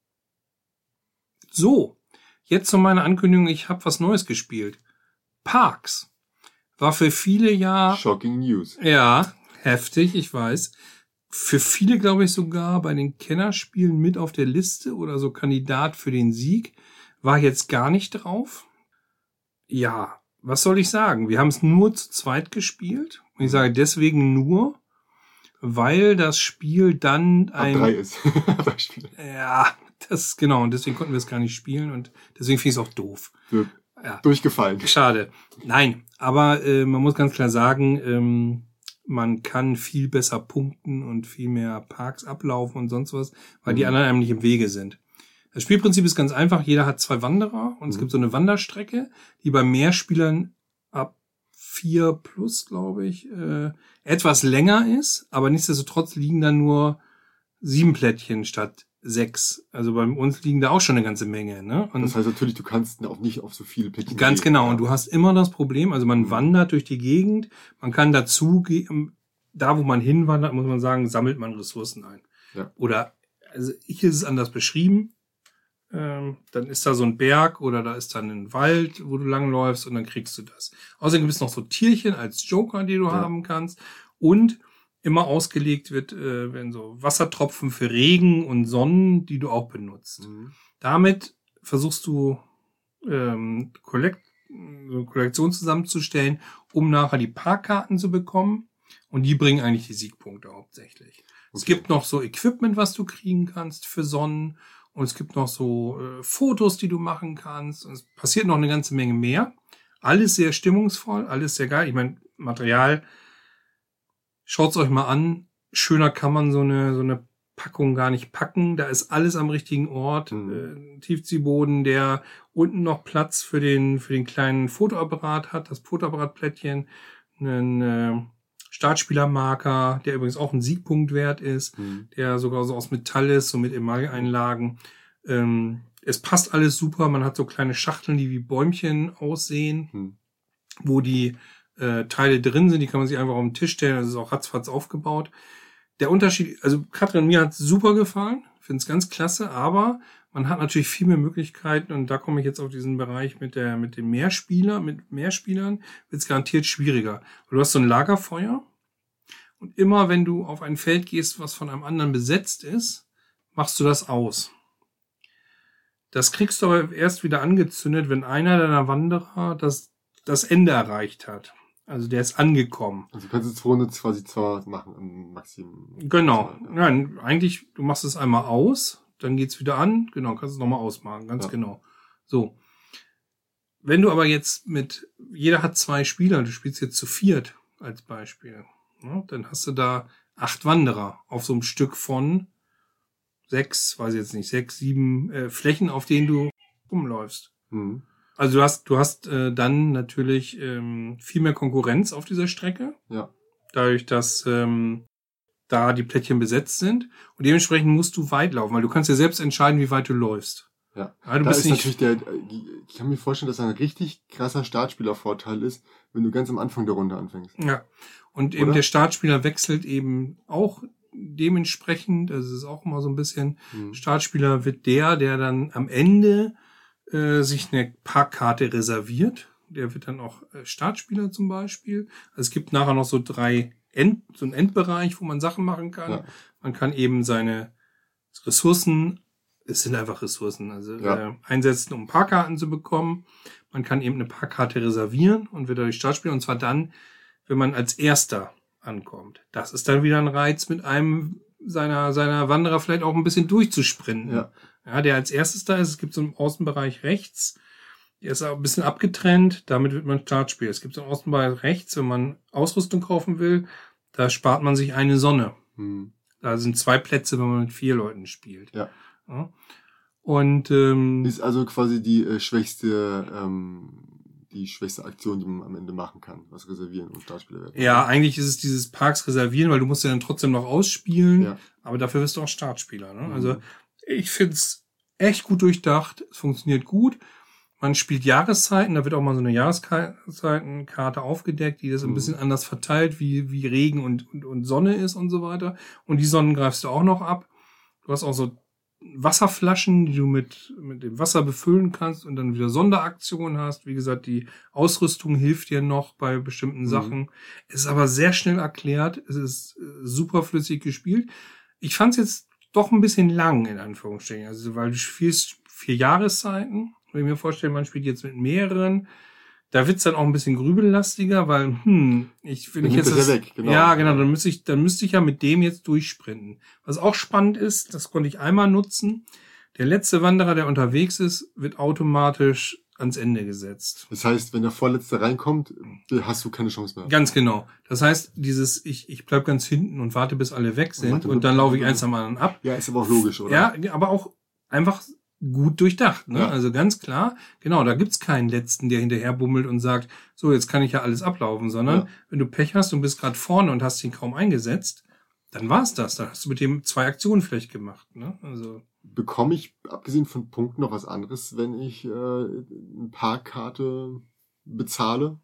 So, jetzt zu meiner Ankündigung, ich habe was Neues gespielt. Parks. War für viele Shocking News. Ja, heftig, ich weiß. Für viele, glaube ich, sogar bei den Kennerspielen mit auf der Liste oder so Kandidat für den Sieg. War jetzt gar nicht drauf. Ja, was soll ich sagen? Wir haben es nur zu zweit gespielt. Und ich sage deswegen nur, weil das Spiel dann ab 3 ist. Ja, das genau. Und deswegen konnten wir es gar nicht spielen. Und deswegen finde ich es auch doof. Ja. Durchgefallen. Schade. Nein, aber man muss ganz klar sagen, man kann viel besser punkten und viel mehr Parks ablaufen und sonst was, weil die anderen einem nicht im Wege sind. Das Spielprinzip ist ganz einfach. Jeder hat 2 Wanderer und es gibt so eine Wanderstrecke, die bei Mehrspielern ab 4 plus, glaube ich, etwas länger ist. Aber nichtsdestotrotz liegen da nur 7 Plättchen statt 6. Also bei uns liegen da auch schon eine ganze Menge. Ne? Und das heißt natürlich, du kannst auch nicht auf so viele Plättchen ganz gehen. Genau. Ja. Und du hast immer das Problem, also man wandert durch die Gegend. Man kann dazu, da wo man hinwandert, muss man sagen, sammelt man Ressourcen ein. Ja. Oder, also hier ist es anders beschrieben. Dann ist da so ein Berg oder da ist dann ein Wald, wo du langläufst und dann kriegst du das. Außerdem gibt es noch so Tierchen als Joker, die du haben kannst. Und immer ausgelegt wird, werden so Wassertropfen für Regen und Sonnen, die du auch benutzt. Damit versuchst du so eine Kollektion zusammenzustellen, um nachher die Parkkarten zu bekommen. Und die bringen eigentlich die Siegpunkte hauptsächlich. Okay. Es gibt noch so Equipment, was du kriegen kannst für Sonnen. Und es gibt noch so Fotos, die du machen kannst. Und es passiert noch eine ganze Menge mehr. Alles sehr stimmungsvoll, alles sehr geil. Ich meine, Material, schaut's euch mal an. Schöner kann man so eine Packung gar nicht packen. Da ist alles am richtigen Ort. Tiefziehboden, der unten noch Platz für den kleinen Fotoapparat hat. Das Fotoapparatplättchen. Einen Startspielermarker, der übrigens auch ein Siegpunkt wert ist. Der sogar so aus Metall ist, so mit Emailleinlagen. Es passt alles super. Man hat so kleine Schachteln, die wie Bäumchen aussehen, wo die Teile drin sind. Die kann man sich einfach auf den Tisch stellen. Das ist auch ratzfatz aufgebaut. Der Unterschied, also Katrin, mir hat es super gefallen. Ich finde es ganz klasse, aber man hat natürlich viel mehr Möglichkeiten und da komme ich jetzt auf diesen Bereich mit dem Mehrspielern, wird es garantiert schwieriger. Du hast so ein Lagerfeuer und immer wenn du auf ein Feld gehst, was von einem anderen besetzt ist, machst du das aus. Das kriegst du aber erst wieder angezündet, wenn einer deiner Wanderer das Ende erreicht hat. Also der ist angekommen. Also du kannst jetzt Runde quasi zwar machen im Maximum. Genau. Nein, eigentlich, du machst es einmal aus, dann geht's wieder an. Genau, kannst es nochmal ausmachen, ganz genau. So. Wenn du aber jetzt jeder hat 2 Spieler, du spielst jetzt zu 4 als Beispiel. Ja, dann hast du da 8 Wanderer auf so einem Stück von 6, 7 Flächen, auf denen du rumläufst. Also du hast dann natürlich viel mehr Konkurrenz auf dieser Strecke. Ja. Dadurch, dass da die Plättchen besetzt sind. Und dementsprechend musst du weit laufen, weil du kannst ja selbst entscheiden, wie weit du läufst. Ja, du bist ist natürlich ich kann mir vorstellen, dass ein richtig krasser Startspielervorteil ist, wenn du ganz am Anfang der Runde anfängst. Ja. Und eben der Startspieler wechselt eben auch dementsprechend. Das ist auch immer so ein bisschen, Startspieler wird der dann am Ende sich eine Parkkarte reserviert. Der wird dann auch Startspieler zum Beispiel. Also es gibt nachher noch so so einen Endbereich, wo man Sachen machen kann. Ja. Man kann eben seine Ressourcen, es sind einfach Ressourcen, also einsetzen, um Parkkarten zu bekommen. Man kann eben eine Parkkarte reservieren und wird dadurch Startspieler. Und zwar dann, wenn man als Erster ankommt. Das ist dann wieder ein Reiz, mit einem seiner Wanderer vielleicht auch ein bisschen durchzusprinten. Ja, der als erstes da ist. Es gibt so einen Außenbereich rechts. Der ist auch ein bisschen abgetrennt. Damit wird man Startspieler. Es gibt so einen Außenbereich rechts, wenn man Ausrüstung kaufen will. Da spart man sich eine Sonne. Da sind 2 Plätze, wenn man mit 4 Leuten spielt. Ja. Und ist also quasi die schwächste Aktion, die man am Ende machen kann, was reservieren und Startspieler werden. Ja, eigentlich ist es dieses Parks reservieren, weil du musst ja dann trotzdem noch ausspielen, aber dafür wirst du auch Startspieler. Ne? Also ich find's echt gut durchdacht, es funktioniert gut. Man spielt Jahreszeiten, da wird auch mal so eine Jahreszeitenkarte aufgedeckt, die das ein bisschen anders verteilt, wie Regen und Sonne ist und so weiter. Und die Sonnen greifst du auch noch ab. Du hast auch so Wasserflaschen, die du mit dem Wasser befüllen kannst und dann wieder Sonderaktionen hast. Wie gesagt, die Ausrüstung hilft dir noch bei bestimmten Sachen. Es ist aber sehr schnell erklärt. Es ist super flüssig gespielt. Ich fand es jetzt doch ein bisschen lang, in Anführungsstrichen. Also, weil du spielst 4 Jahreszeiten. Wenn ich mir vorstelle, man spielt jetzt mit mehreren, da wird's dann auch ein bisschen grübellastiger, weil, dann müsste ich ja mit dem jetzt durchsprinten. Was auch spannend ist, das konnte ich einmal nutzen. Der letzte Wanderer, der unterwegs ist, wird automatisch ans Ende gesetzt. Das heißt, wenn der Vorletzte reinkommt, hast du keine Chance mehr. Ganz genau. Das heißt, ich bleib ganz hinten und warte, bis alle weg sind und dann laufe ich eins am anderen ab. Ja, ist aber auch logisch, oder? Ja, aber auch einfach gut durchdacht, ne? Ja. Also ganz klar, genau, da gibt's keinen Letzten, der hinterher bummelt und sagt, so, jetzt kann ich ja alles ablaufen, sondern wenn du Pech hast und bist gerade vorne und hast ihn kaum eingesetzt, dann war's das. Dann hast du mit dem 2 Aktionen vielleicht gemacht, ne? Also bekomme ich, abgesehen von Punkten, noch was anderes, wenn ich eine Parkkarte bezahle?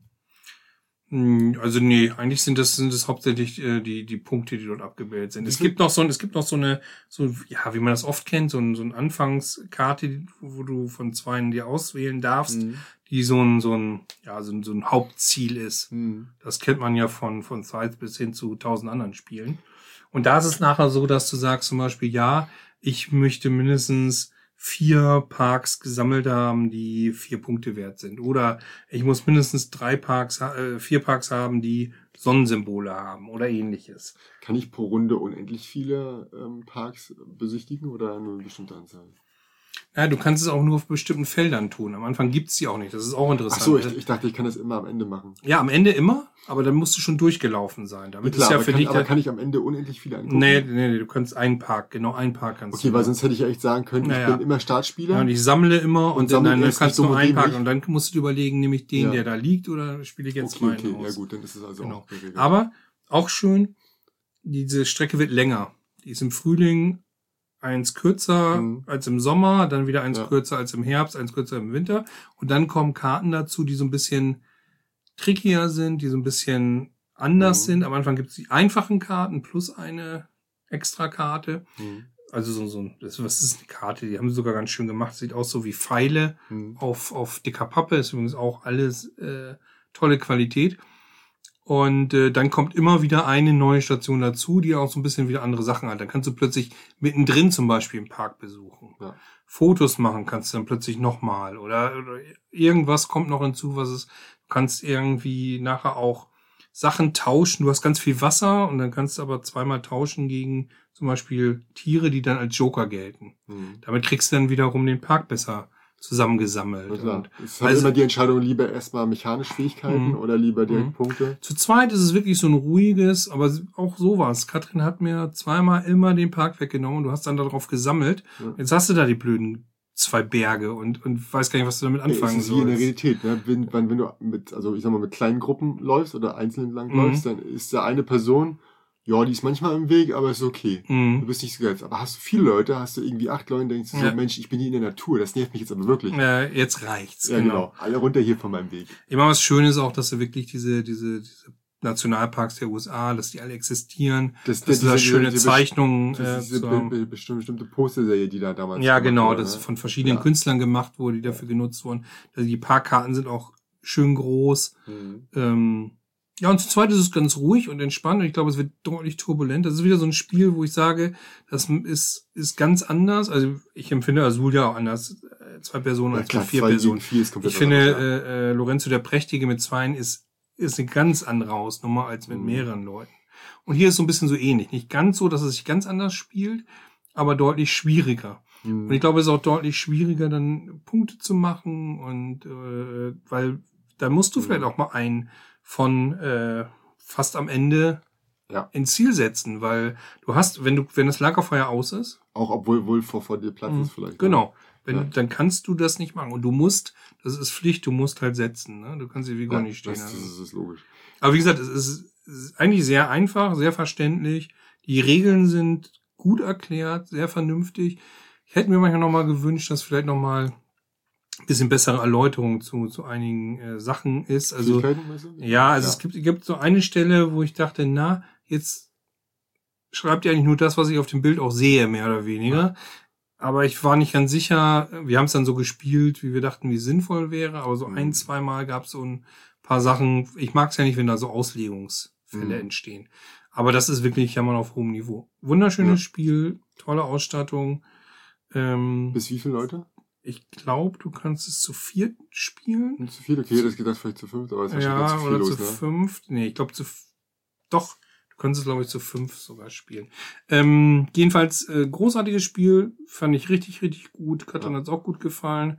Also nee, eigentlich sind das hauptsächlich die Punkte, die dort abgebildet sind. Es gibt noch so eine, wie man das oft kennt, so eine Anfangskarte, wo du von 2 dir auswählen darfst, die so ein Hauptziel ist. Das kennt man ja von Sites bis hin zu 1000 anderen Spielen. Und da ist es nachher so, dass du sagst zum Beispiel, ja, ich möchte mindestens 4 Parks gesammelt haben, die 4 Punkte wert sind. Oder ich muss mindestens 4 Parks haben, die Sonnensymbole haben oder ähnliches. Kann ich pro Runde unendlich viele Parks besichtigen oder nur eine bestimmte Anzahl? Ja, du kannst es auch nur auf bestimmten Feldern tun. Am Anfang gibt's die auch nicht. Das ist auch interessant. Ach so, ich dachte, ich kann das immer am Ende machen. Ja, am Ende immer, aber dann musst du schon durchgelaufen sein. Damit klar, ist ja für dich. Aber kann ich am Ende unendlich viele angucken? Nee, du kannst einen Park kannst okay, du. Weil sonst hätte ich ja echt sagen können, ich bin immer Startspieler. Ja, und ich sammle immer und dann kannst du nur einen Park nicht. und dann musst du dir überlegen, nehme ich den, der da liegt, oder spiele ich jetzt meinen aus. Ja gut, dann ist es also auch geregelt. Aber auch schön, diese Strecke wird länger. Die ist im Frühling eins kürzer als im Sommer, dann wieder eins kürzer als im Herbst, eins kürzer im Winter. Und dann kommen Karten dazu, die so ein bisschen trickier sind, die so ein bisschen anders sind. Am Anfang gibt es die einfachen Karten plus eine Extrakarte. Also was ist eine Karte? Die haben sie sogar ganz schön gemacht. Sieht aus so wie Pfeile auf dicker Pappe. Ist übrigens auch alles tolle Qualität. Und dann kommt immer wieder eine neue Station dazu, die auch so ein bisschen wieder andere Sachen hat. Dann kannst du plötzlich mittendrin zum Beispiel einen Park besuchen. Ja. Fotos machen kannst du dann plötzlich nochmal. Oder irgendwas kommt noch hinzu, du kannst irgendwie nachher auch Sachen tauschen. Du hast ganz viel Wasser und dann kannst du aber zweimal tauschen gegen zum Beispiel Tiere, die dann als Joker gelten. Damit kriegst du dann wiederum den Park besser zusammengesammelt. Und es ist halt immer die Entscheidung, lieber erstmal mechanische Fähigkeiten oder lieber direkt Punkte. Zu zweit ist es wirklich so ein ruhiges, aber auch sowas. Katrin hat mir zweimal immer den Park weggenommen und du hast dann darauf gesammelt. Ja. Jetzt hast du da die blöden 2 Berge und weiß gar nicht, was du damit anfangen sollst. Das ist wie in der Realität, ne? Wenn du mit kleinen Gruppen läufst oder einzeln entlang läufst, dann ist da eine Person, ja, die ist manchmal im Weg, aber ist okay. Du bist nicht so geil. Aber hast du viele Leute, hast du irgendwie 8 Leute, denkst du so, Mensch, ich bin hier in der Natur, das nervt mich jetzt aber wirklich. Ja, jetzt reicht's. Ja, genau. Alle runter hier von meinem Weg. Immer was Schönes auch, dass du wirklich diese Nationalparks der USA, dass die alle existieren, dass da schöne Zeichnungen diese bestimmte Posterserie, die da damals wurde, das von verschiedenen Künstlern gemacht wurde, die dafür genutzt wurden. Also die Parkkarten sind auch schön groß. Ja, und zu zweit ist es ganz ruhig und entspannt und ich glaube, es wird deutlich turbulent. Das ist wieder so ein Spiel, wo ich sage, das ist ganz anders. Also ich empfinde Azul ja auch anders. 2 Personen als mit 4 Personen. Ich finde, Lorenzo der Prächtige mit 2 ist eine ganz andere Hausnummer als mit mehreren Leuten. Und hier ist so ein bisschen so ähnlich. Nicht ganz so, dass es sich ganz anders spielt, aber deutlich schwieriger. Und ich glaube, es ist auch deutlich schwieriger, dann Punkte zu machen und weil da musst du vielleicht auch mal einen von fast am Ende ins Ziel setzen, weil du hast, wenn das Lagerfeuer aus ist, auch obwohl vor dir Platz ist vielleicht. Genau. Dann kannst du das nicht machen. Und du musst, das ist Pflicht, du musst halt setzen. Ne? Du kannst hier wie gar nicht stehen. Das ist logisch. Aber wie gesagt, es ist eigentlich sehr einfach, sehr verständlich. Die Regeln sind gut erklärt, sehr vernünftig. Ich hätte mir manchmal nochmal gewünscht, dass vielleicht nochmal ein bisschen bessere Erläuterung zu einigen Sachen ist. Also es gibt so eine Stelle, wo ich dachte, jetzt schreibt ihr eigentlich nur das, was ich auf dem Bild auch sehe, mehr oder weniger. Aber ich war nicht ganz sicher. Wir haben es dann so gespielt, wie wir dachten, wie sinnvoll wäre. Aber so 1-2 Mal gab es so ein paar Sachen. Ich mag es ja nicht, wenn da so Auslegungsfälle entstehen. Aber das ist wirklich Jammern auf hohem Niveau. Wunderschönes Spiel, tolle Ausstattung. Bis wie viele Leute? Ich glaube, du kannst es zu 4 spielen. Zu 4? Okay, das geht das vielleicht zu 5, aber es ist wahrscheinlich zu viel los, zu 5. Nee, ich glaube doch. Du kannst es, glaube ich, zu 5 sogar spielen. Jedenfalls, großartiges Spiel. Fand ich richtig, richtig gut. Katrin hat es auch gut gefallen.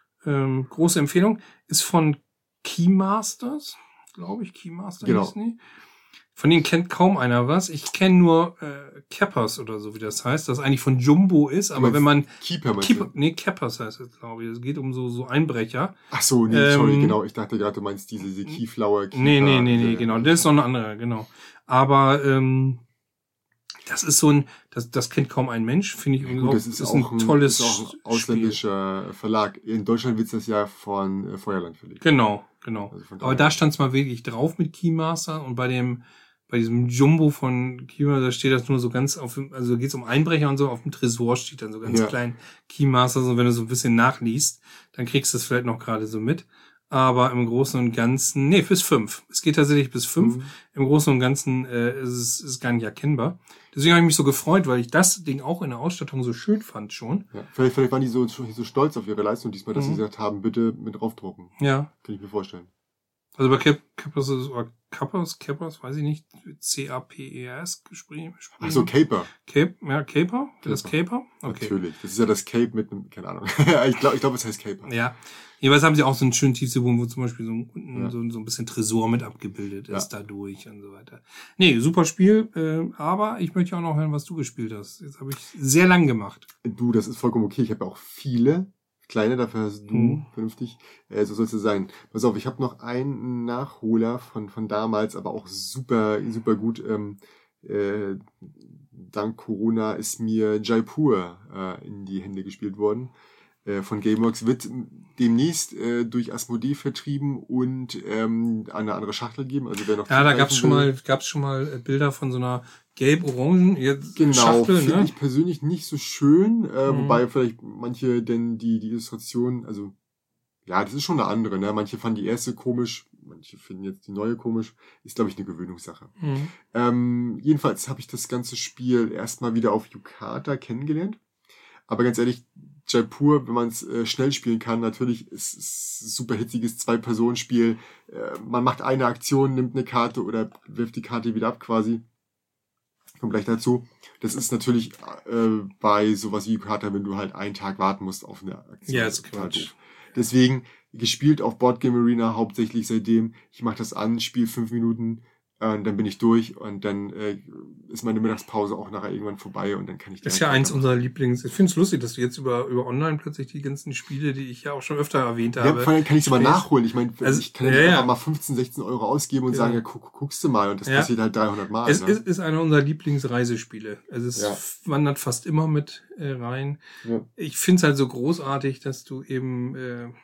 Große Empfehlung. Ist von Keymasters, glaube ich. Keymaster hieß nie. Von denen kennt kaum einer was. Ich kenne nur Keppers oder so, wie das heißt, das eigentlich von Jumbo ist, aber wenn man Keppers heißt es, glaube ich. Es geht um so Einbrecher. Ach so, nee, sorry, genau. Ich dachte gerade, du meinst diese Keyflower. Nee, genau. Das ist noch eine andere, genau. Aber das ist so das kennt kaum ein Mensch, finde ich. Gut, das ist auch ein tolles ausländischer Verlag. In Deutschland wird das ja von Feuerland verlegt. Genau. Also aber da stand es mal wirklich drauf mit Keymaster und bei diesem Jumbo von Keymaster, da steht das nur so ganz also geht's um Einbrecher und so, auf dem Tresor steht dann so ganz klein Keymaster, so wenn du so ein bisschen nachliest, dann kriegst du es vielleicht noch gerade so mit. Aber im Großen und Ganzen, bis 5. Es geht tatsächlich bis 5. Im Großen und Ganzen ist es gar nicht erkennbar. Deswegen habe ich mich so gefreut, weil ich das Ding auch in der Ausstattung so schön fand schon. Ja, vielleicht waren die so stolz auf ihre Leistung diesmal, dass sie gesagt haben, bitte mit draufdrucken. Ja. Kann ich mir vorstellen. Also bei Capers, weiß ich nicht, C-A-P-E-R-S geschrieben. Ach so, Caper. Caper? Das Caper? Okay. Natürlich. Das ist ja das Cape mit einem, keine Ahnung. ich glaube, es heißt Caper. Ja. Jeweils haben sie auch so einen schönen Tiefseeboden, wo zum Beispiel so ein bisschen Tresor mit abgebildet ist dadurch und so weiter. Nee, super Spiel, aber ich möchte auch noch hören, was du gespielt hast. Jetzt habe ich sehr lang gemacht. Du, das ist vollkommen okay. Ich habe auch viele kleine, dafür hast du vernünftig. So soll es sein. Pass auf, ich habe noch einen Nachholer von damals, aber auch super, super gut. Dank Corona ist mir Jaipur in die Hände gespielt worden. Von Gameworks wird demnächst durch Asmodee vertrieben und eine andere Schachtel geben. Also wer noch da gab's schon mal Bilder von so einer gelb-orangen Schachtel. Finde ich persönlich nicht so schön, wobei vielleicht manche denn die Illustration, also ja, das ist schon eine andere, ne? Manche fanden die erste komisch, manche finden jetzt die neue komisch. Ist, glaube ich, eine Gewöhnungssache. Jedenfalls habe ich das ganze Spiel erstmal wieder auf Yukata kennengelernt. Aber ganz ehrlich, Jaipur, wenn man es schnell spielen kann, natürlich ist es ein super hitziges 2-Personen-Spiel. Man macht eine Aktion, nimmt eine Karte oder wirft die Karte wieder ab quasi. Kommt gleich dazu. Das ist natürlich bei sowas wie Yukata, wenn du halt einen Tag warten musst auf eine Aktion. Ja, ist Quatsch. Deswegen gespielt auf Board Game Arena hauptsächlich seitdem. Ich mache das an, spiele 5 Minuten, dann bin ich durch und dann ist meine Mittagspause auch nachher irgendwann vorbei und dann kann ich... Das ist ja eins unserer Lieblings... Ich finde es lustig, dass du jetzt über online plötzlich die ganzen Spiele, die ich ja auch schon öfter erwähnt habe... Ja, vor allem kann ich es mal nachholen. Ich meine, ich kann ja einfach mal 15, 16 Euro ausgeben und sagen, ja, guckst du mal und das passiert halt 300 Mal. Es ist einer unserer Lieblingsreisespiele. Also es wandert fast immer mit rein. Ja. Ich finde es halt so großartig, dass du eben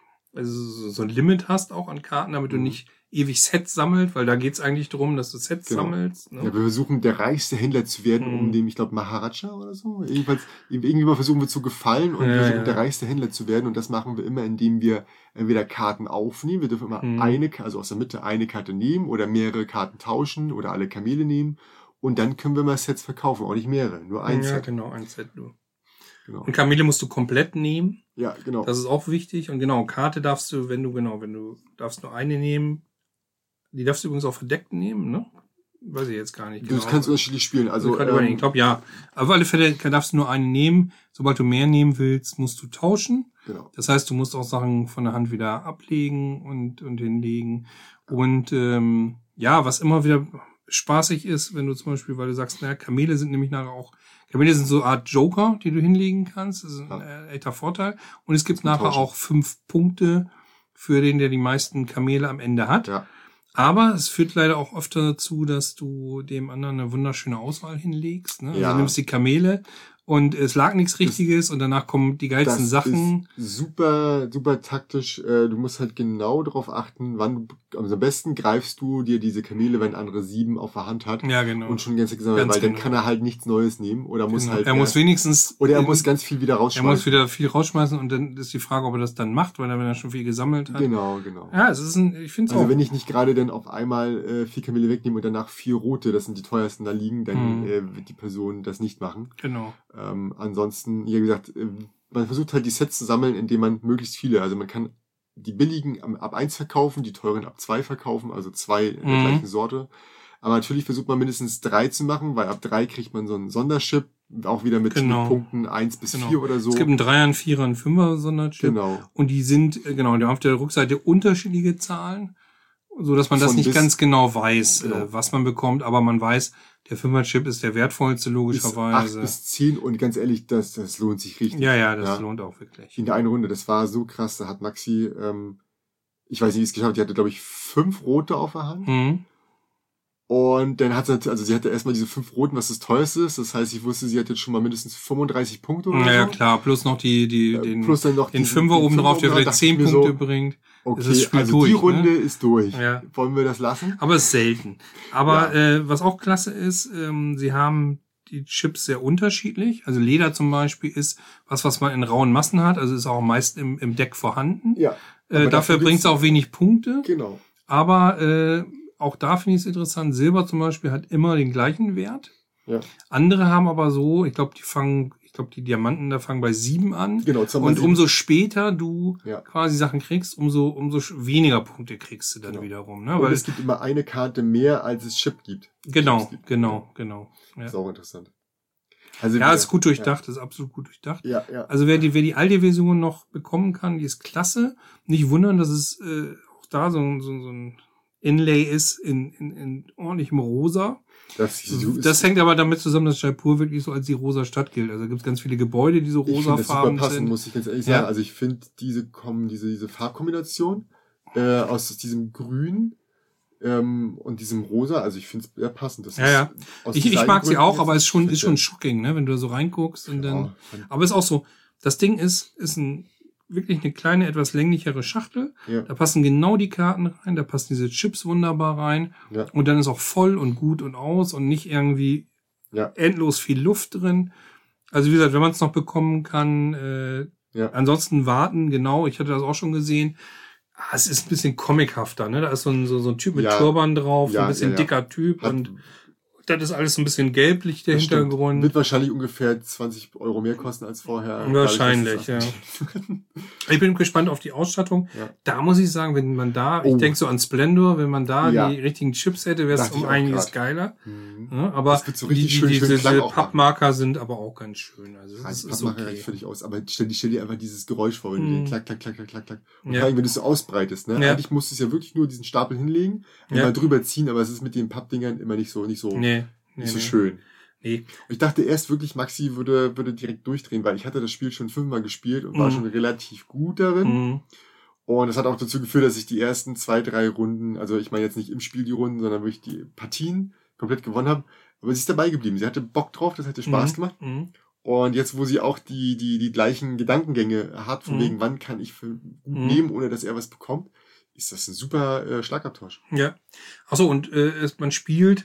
so ein Limit hast auch an Karten, damit du nicht ewig Sets sammelt, weil da geht's eigentlich darum, dass du Sets sammelst. Ne? Ja, wir versuchen der reichste Händler zu werden, um dem, ich glaube, Maharaja oder so. Jedenfalls, irgendwie mal versuchen wir zu gefallen und versuchen der reichste Händler zu werden. Und das machen wir immer, indem wir entweder Karten aufnehmen. Wir dürfen immer also aus der Mitte eine Karte nehmen oder mehrere Karten tauschen oder alle Kamele nehmen. Und dann können wir mal Sets verkaufen, auch nicht mehrere, nur ein Set. Ja, genau, ein Set nur. Genau. Und Kamele musst du komplett nehmen. Ja, genau. Das ist auch wichtig. Und genau, Karte darfst du, wenn du darfst nur eine nehmen. Die darfst du übrigens auch verdeckt nehmen, ne? Weiß ich jetzt gar nicht. Du kannst unterschiedlich spielen. Also, ich glaube, ja. Auf alle Fälle darfst du nur eine nehmen. Sobald du mehr nehmen willst, musst du tauschen. Genau. Das heißt, du musst auch Sachen von der Hand wieder ablegen und hinlegen. Und was immer wieder spaßig ist, wenn du zum Beispiel, weil du sagst, Kamele sind nämlich nachher auch, Kamele sind so eine Art Joker, die du hinlegen kannst. Das ist ein echter Vorteil. Und es gibt nachher auch 5 Punkte für den, der die meisten Kamele am Ende hat. Ja. Aber es führt leider auch oft dazu, dass du dem anderen eine wunderschöne Auswahl hinlegst. Ne? Also du nimmst die Kamele und es lag nichts Richtiges und danach kommen die geilsten Sachen. Ist super, super taktisch. Du musst halt genau darauf achten, wann am besten greifst du dir diese Kamele, wenn andere 7 auf der Hand hat. Ja, genau. Und schon ganz gesammelt, weil dann kann er halt nichts Neues nehmen oder muss halt. Er muss wenigstens. Oder er muss ganz viel wieder rausschmeißen. Er muss wieder viel rausschmeißen und dann ist die Frage, ob er das dann macht, weil wenn er schon viel gesammelt hat. Genau. Ja, es ist ich finde es also wenn ich nicht gerade dann auf einmal 4 Kamele wegnehme und danach 4 rote, das sind die teuersten da liegen, dann wird die Person das nicht machen. Genau. Ansonsten, wie gesagt, man versucht halt die Sets zu sammeln, indem man möglichst viele, also man kann die billigen ab 1 verkaufen, die teuren ab 2 verkaufen, also 2 in der gleichen Sorte. Aber natürlich versucht man mindestens 3 zu machen, weil ab 3 kriegt man so einen Sonderchip, auch wieder mit Punkten 1 bis 4 oder so. Es gibt einen 3er, einen 4er, einen 5er Sonderchip. Genau. Und die sind, die haben auf der Rückseite unterschiedliche Zahlen, so dass man das nicht ganz genau weiß, was man bekommt, aber man weiß, der 5er-Chip ist der wertvollste, logischerweise. 8 bis 10 und ganz ehrlich, das lohnt sich richtig. Ja, das lohnt auch wirklich. In der einen Runde, das war so krass, da hat Maxi, ich weiß nicht, wie es geschafft hat, die hatte, glaube ich, 5 rote auf der Hand. Und dann hat sie hatte erstmal diese 5 roten, was das teuerste ist. Das heißt, ich wusste, sie hat jetzt schon mal mindestens 35 Punkte oder so. Ja, klar, plus noch den plus dann noch den 5er oben drauf, der vielleicht 10 Punkte bringt. Okay, also durch, die Runde ist durch. Ja. Wollen wir das lassen? Aber es ist selten. Aber was auch klasse ist, sie haben die Chips sehr unterschiedlich. Also Leder zum Beispiel ist was man in rauen Massen hat. Also ist auch meist im Deck vorhanden. Ja. Dafür bringt es auch wenig Punkte. Genau. Aber auch da finde ich es interessant. Silber zum Beispiel hat immer den gleichen Wert. Ja. Andere haben aber so, ich glaube, die Diamanten da fangen bei 7 an. Genau, und 7. umso später du quasi Sachen kriegst, umso weniger Punkte kriegst du dann wiederum. Ne? Und Weil es gibt immer eine Karte mehr, als es Chip gibt. Genau. Ja. Ist auch interessant. Also ist gut durchdacht, ist absolut gut durchdacht. Ja. Also wer die alte Version noch bekommen kann, die ist klasse. Nicht wundern, dass es auch da so ein Inlay ist in ordentlichem Rosa. Das hängt aber damit zusammen, dass Jaipur wirklich so als die rosa Stadt gilt. Also gibt es ganz viele Gebäude, die so rosafarben sind. Passen, muss ich ganz ehrlich sagen. Also ich finde diese Farbkombination aus diesem Grün und diesem Rosa, also ich finde es sehr passend. Das ich mag sie auch, aber es ist schon shocking, ne, wenn du da so reinguckst und dann. Aber es ist auch so. Das Ding ist wirklich eine kleine, etwas länglichere Schachtel. Ja. Da passen genau die Karten rein, da passen diese Chips wunderbar rein. Ja. Und dann ist auch voll und gut und aus und nicht irgendwie endlos viel Luft drin. Also wie gesagt, wenn man es noch bekommen kann, ansonsten warten, genau, ich hatte das auch schon gesehen. Es ist ein bisschen comichafter, ne? Da ist so ein Typ mit Turban drauf, ein bisschen dicker Typ und das ist alles ein bisschen gelblich, der Hintergrund. Stimmt. Wird wahrscheinlich ungefähr 20 € mehr kosten als vorher. Wahrscheinlich, ja. Ich bin gespannt auf die Ausstattung. Ja. Da muss ich sagen, wenn man ich denke so an Splendor, wenn man da die richtigen Chips hätte, wäre es um einiges geiler. Mhm. Ja, aber so diese Pappmarker sind aber auch ganz schön. Also das ist Pappmarker reicht völlig aus. Aber stell dir einfach dieses Geräusch vor, wenn du den klack, klack, klack, klack, klack, klack. Und vor allem, wenn du es so ausbreitest, ne? Ja. Eigentlich musst du es ja wirklich nur diesen Stapel hinlegen und mal drüber ziehen, aber es ist mit den Pappdingern immer nicht so schön. Nee. Ich dachte erst wirklich, Maxi würde direkt durchdrehen, weil ich hatte das Spiel schon 5-mal gespielt und war schon relativ gut darin. Mhm. Und das hat auch dazu geführt, dass ich die ersten 2-3 Runden, also ich meine jetzt nicht im Spiel die Runden, sondern wirklich die Partien komplett gewonnen habe. Aber sie ist dabei geblieben. Sie hatte Bock drauf, das hatte Spaß gemacht. Mhm. Und jetzt, wo sie auch die gleichen Gedankengänge hat, von wegen, wann kann ich gut nehmen, ohne dass er was bekommt, ist das ein super Schlagabtausch. Ja. Achso, und man spielt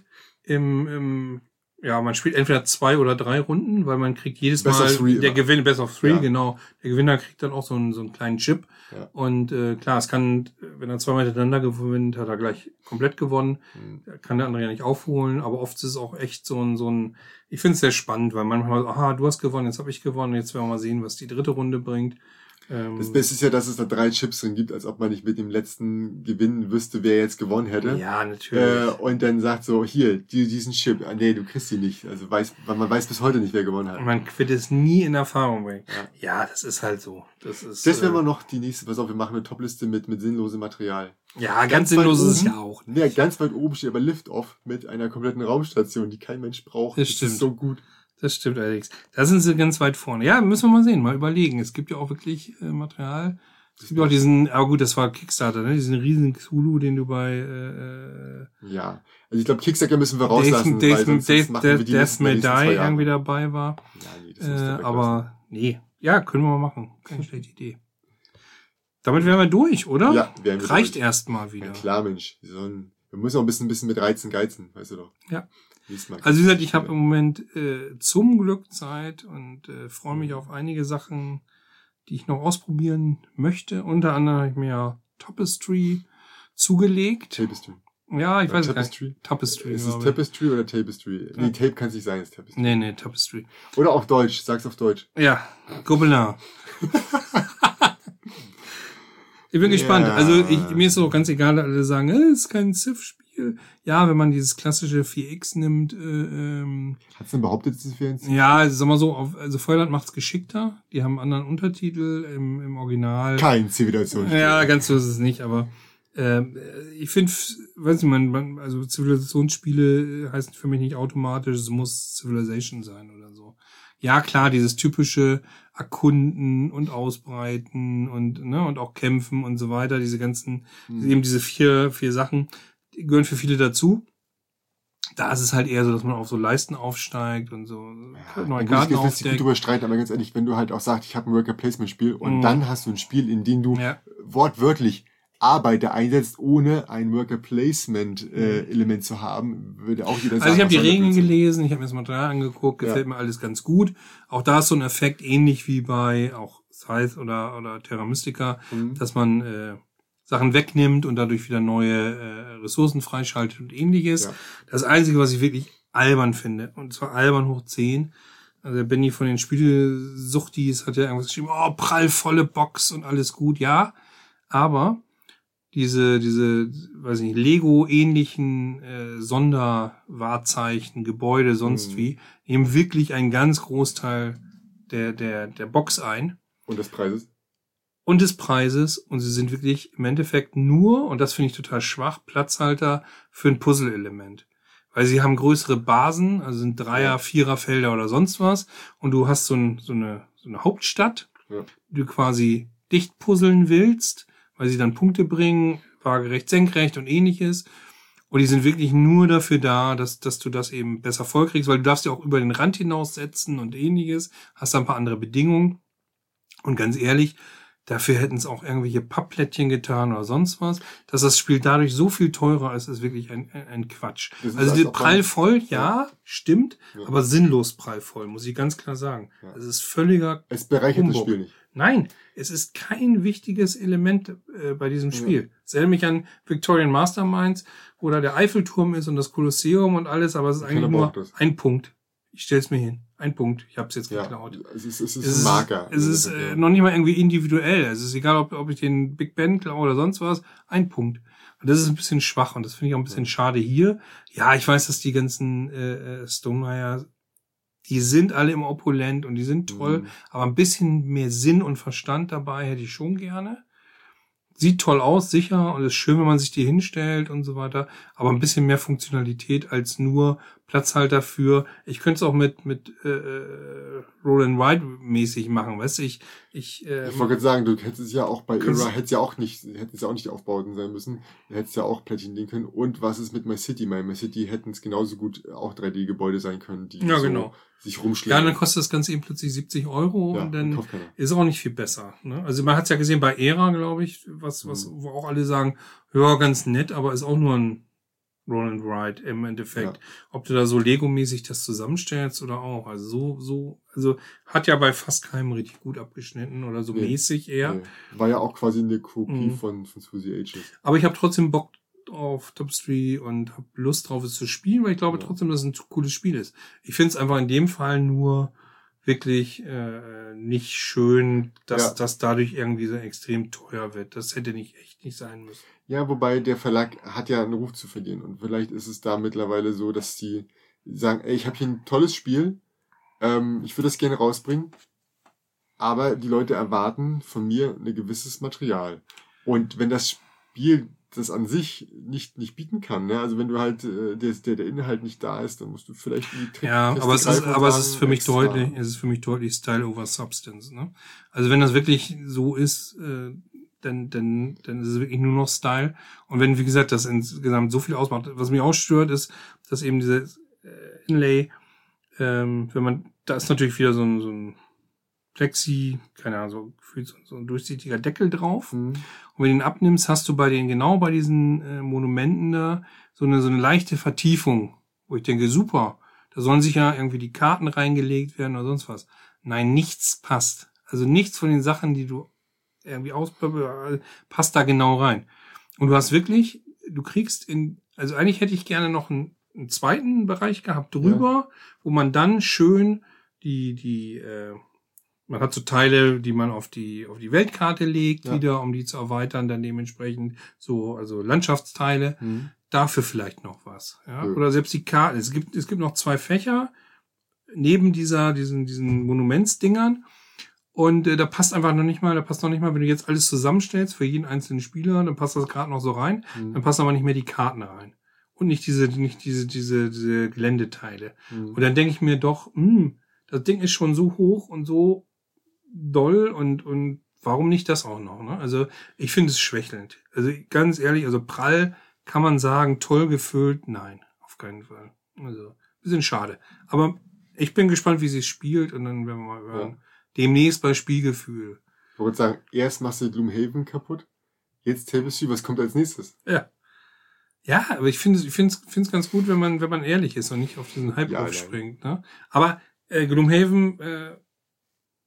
man spielt entweder 2 oder 3 Runden, weil man kriegt jedes Mal Best of 3, genau. Der Gewinner kriegt dann auch so einen kleinen Chip. Ja. Und klar, es kann, wenn er 2-mal hintereinander gewinnt, hat er gleich komplett gewonnen. Kann der andere ja nicht aufholen, aber oft ist es auch echt so ein ich finde es sehr spannend, weil manchmal, du hast gewonnen, jetzt habe ich gewonnen, jetzt werden wir mal sehen, was die dritte Runde bringt. Das Beste ist ja, dass es da 3 Chips drin gibt, als ob man nicht mit dem letzten Gewinn wüsste, wer jetzt gewonnen hätte. Ja, natürlich. Und dann sagt so, hier, diesen Chip, nee, du kriegst ihn nicht. Also weil man weiß bis heute nicht, wer gewonnen hat. Man wird es nie in Erfahrung bringen. Ja, das ist halt so. Das werden wir noch die nächste, pass auf, wir machen eine Topliste mit sinnlosem Material. Ja, ganz sinnlos ist es ja auch. Ja, ganz weit oben steht aber Lift-Off mit einer kompletten Raumstation, die kein Mensch braucht. Das stimmt. Ist so gut. Das stimmt allerdings. Da sind sie ganz weit vorne. Ja, müssen wir mal sehen, mal überlegen. Es gibt ja auch wirklich Material. Es gibt auch aber gut, das war Kickstarter, ne? Diesen riesen Cthulhu, den du bei ja, also ich glaube, Kickstarter müssen wir rauslassen, weil sonst machen wir die Death May Die irgendwie dabei war. Ja, nee, das aber nee, ja, können wir mal machen. Keine schlechte Idee. Damit wären wir durch, oder? Ja, wären wir reicht erstmal wieder. Ja, klar, Mensch. Wir müssen auch ein bisschen mit Reizen geizen, weißt du doch. Ja. Also wie gesagt, ich habe im Moment zum Glück Zeit und freue mich auf einige Sachen, die ich noch ausprobieren möchte. Unter anderem habe ich mir ja Tapestry zugelegt. Tapestry. Ja, ich weiß es gar nicht. Tapestry. Ist es Tapestry oder Tapestry? Nee, Tape kann es nicht sein, es ist Tapestry. Nee, Tapestry. Oder auf Deutsch, sag's auf Deutsch. Ja, Gobelin. Ich bin gespannt. Also mir ist auch ganz egal, alle sagen, es ist kein Civ-Spiel. Ja, wenn man dieses klassische 4X nimmt. Hat's denn behauptet, es ist 4X? Ja, also sag mal so, also Feuerland macht's geschickter. Die haben einen anderen Untertitel im Original. Kein Zivilisationsspiel. Ja, ganz so ist es nicht, aber ich finde, weiß nicht, also Zivilisationsspiele heißen für mich nicht automatisch, es muss Civilization sein oder so. Ja, klar, dieses typische Erkunden und Ausbreiten und auch Kämpfen und so weiter, diese ganzen, eben diese vier Sachen, die gehören für viele dazu. Da ist es halt eher so, dass man auf so Leisten aufsteigt und so neue Karten aufdeckt. Ich will nicht drüber streiten, aber ganz ehrlich, wenn du halt auch sagst, ich habe ein Worker-Placement-Spiel und dann hast du ein Spiel, in dem du wortwörtlich Arbeiter einsetzt, ohne ein Worker-Placement-Element zu haben, würde auch jeder sagen. Also ich habe die Regeln gelesen, ich habe mir das Material angeguckt, gefällt mir alles ganz gut. Auch da ist so ein Effekt ähnlich wie bei auch Scythe oder Terra Mystica, dass man Sachen wegnimmt und dadurch wieder neue Ressourcen freischaltet und ähnliches. Ja. Das Einzige, was ich wirklich albern finde, und zwar albern hoch 10, also der Benny von den Spielesuchtis hat ja irgendwas geschrieben, prallvolle Box und alles gut, ja, aber diese, weiß nicht, Lego-ähnlichen Sonderwahrzeichen, Gebäude, sonst wie, nehmen wirklich einen ganz Großteil der Box ein. Und des Preises? Und des Preises. Und sie sind wirklich im Endeffekt nur, und das finde ich total schwach, Platzhalter für ein Puzzle-Element. Weil sie haben größere Basen, also sind 3er, 4er Felder oder sonst was. Und du hast so eine Hauptstadt, die du quasi dicht puzzeln willst, weil sie dann Punkte bringen, waagerecht, senkrecht und ähnliches. Und die sind wirklich nur dafür da, dass du das eben besser vollkriegst, weil du darfst ja auch über den Rand hinaussetzen und ähnliches, hast da ein paar andere Bedingungen. Und ganz ehrlich, dafür hätten es auch irgendwelche Pappplättchen getan oder sonst was, dass das Spiel dadurch so viel teurer ist, ist wirklich ein Quatsch. Also prallvoll, ja, stimmt, aber sinnlos prallvoll, muss ich ganz klar sagen. Ja. Es ist völliger Es bereichert Humbug. Das Spiel nicht. Nein, es ist kein wichtiges Element bei diesem Spiel. Es erinnert mich an Victorian Masterminds, wo da der Eiffelturm ist und das Kolosseum und alles, aber es ist eigentlich nur ein Punkt. Ich stell's mir hin. Ein Punkt. Ich habe es jetzt geklaut. Es ist ein Marker. Es ist noch nicht mal irgendwie individuell. Es ist egal, ob ich den Big Ben klaue oder sonst was. Ein Punkt. Und das ist ein bisschen schwach und das finde ich auch ein bisschen schade hier. Ja, ich weiß, dass die ganzen Stonemaier, die sind alle im Opulent und die sind toll, aber ein bisschen mehr Sinn und Verstand dabei hätte ich schon gerne. Sieht toll aus, sicher, und ist schön, wenn man sich die hinstellt und so weiter, aber ein bisschen mehr Funktionalität als nur Platzhalter für, ich könnte es auch mit Roll and Ride mäßig machen, weißt du, ich wollte gerade sagen, du hättest ja auch bei Era, hättest ja auch nicht die Aufbauten sein müssen, du hättest ja auch Plättchen nehmen können, und was ist mit My City? My City hätten es genauso gut auch 3D-Gebäude sein können, die sich rumschlagen. Ja, dann kostet das Ganze eben plötzlich 70 Euro und dann ist auch nicht viel besser. Ne? Also man hat es ja gesehen bei Era, glaube ich, wo auch alle sagen, ja, ganz nett, aber ist auch nur ein Roll and Ride im Endeffekt. Ja. Ob du da so Lego-mäßig das zusammenstellst oder auch. Also hat ja bei fast keinem richtig gut abgeschnitten oder so mäßig eher. Nee. War ja auch quasi eine Kopie von Suzy Ages. Aber ich habe trotzdem Bock auf Tapestry und habe Lust drauf, es zu spielen, weil ich glaube trotzdem, dass es ein cooles Spiel ist. Ich finde es einfach in dem Fall nur wirklich nicht schön, dass das dadurch irgendwie so extrem teuer wird. Das hätte echt nicht sein müssen. Ja, wobei der Verlag hat ja einen Ruf zu verlieren, und vielleicht ist es da mittlerweile so, dass die sagen, ey, ich habe hier ein tolles Spiel, ich würde das gerne rausbringen, aber die Leute erwarten von mir ein gewisses Material. Und wenn das Spiel das an sich nicht bieten kann, ne? Also wenn du halt der Inhalt nicht da ist, dann musst du vielleicht die Trick aber es ist für mich deutlich Style over Substance, ne? Also wenn das wirklich so ist, dann ist es wirklich nur noch Style. Und wenn, wie gesagt, das insgesamt so viel ausmacht, was mich auch stört, ist, dass eben dieses Inlay, da ist natürlich wieder so ein Plexi, keine Ahnung, so ein durchsichtiger Deckel drauf. Und wenn du ihn abnimmst, hast du bei diesen Monumenten da so eine leichte Vertiefung, wo ich denke, super, da sollen sich ja irgendwie die Karten reingelegt werden oder sonst was. Nein, nichts passt. Also nichts von den Sachen, die du irgendwie passt da genau rein. Und du hast wirklich, du kriegst also eigentlich hätte ich gerne noch einen zweiten Bereich gehabt drüber, wo man dann schön man hat so Teile, die man auf die Weltkarte legt, wieder, um die zu erweitern, dann dementsprechend also Landschaftsteile. Dafür vielleicht noch was, ja. Oder selbst die Karten. Es gibt noch 2 Fächer neben diesen Monumentsdingern. Und da passt noch nicht mal, wenn du jetzt alles zusammenstellst für jeden einzelnen Spieler, dann passt das gerade noch so rein, dann passen aber nicht mehr die Karten rein. Und nicht diese Geländeteile. Und dann denke ich mir doch, das Ding ist schon so hoch und so doll und warum nicht das auch noch, ne? Also ich finde es schwächelnd. Also ganz ehrlich, also prall kann man sagen, toll gefüllt, nein, auf keinen Fall. Also bisschen schade. Aber ich bin gespannt, wie sie es spielt, und dann werden wir mal hören. Ja. Demnächst bei Spielgefühl. Ich wollte sagen, erst machst du Gloomhaven kaputt, jetzt Tapestry, was kommt als nächstes? Ja. Ja, aber ich finde es ganz gut, wenn man ehrlich ist und nicht auf diesen Hype aufspringt, ne? Aber Gloomhaven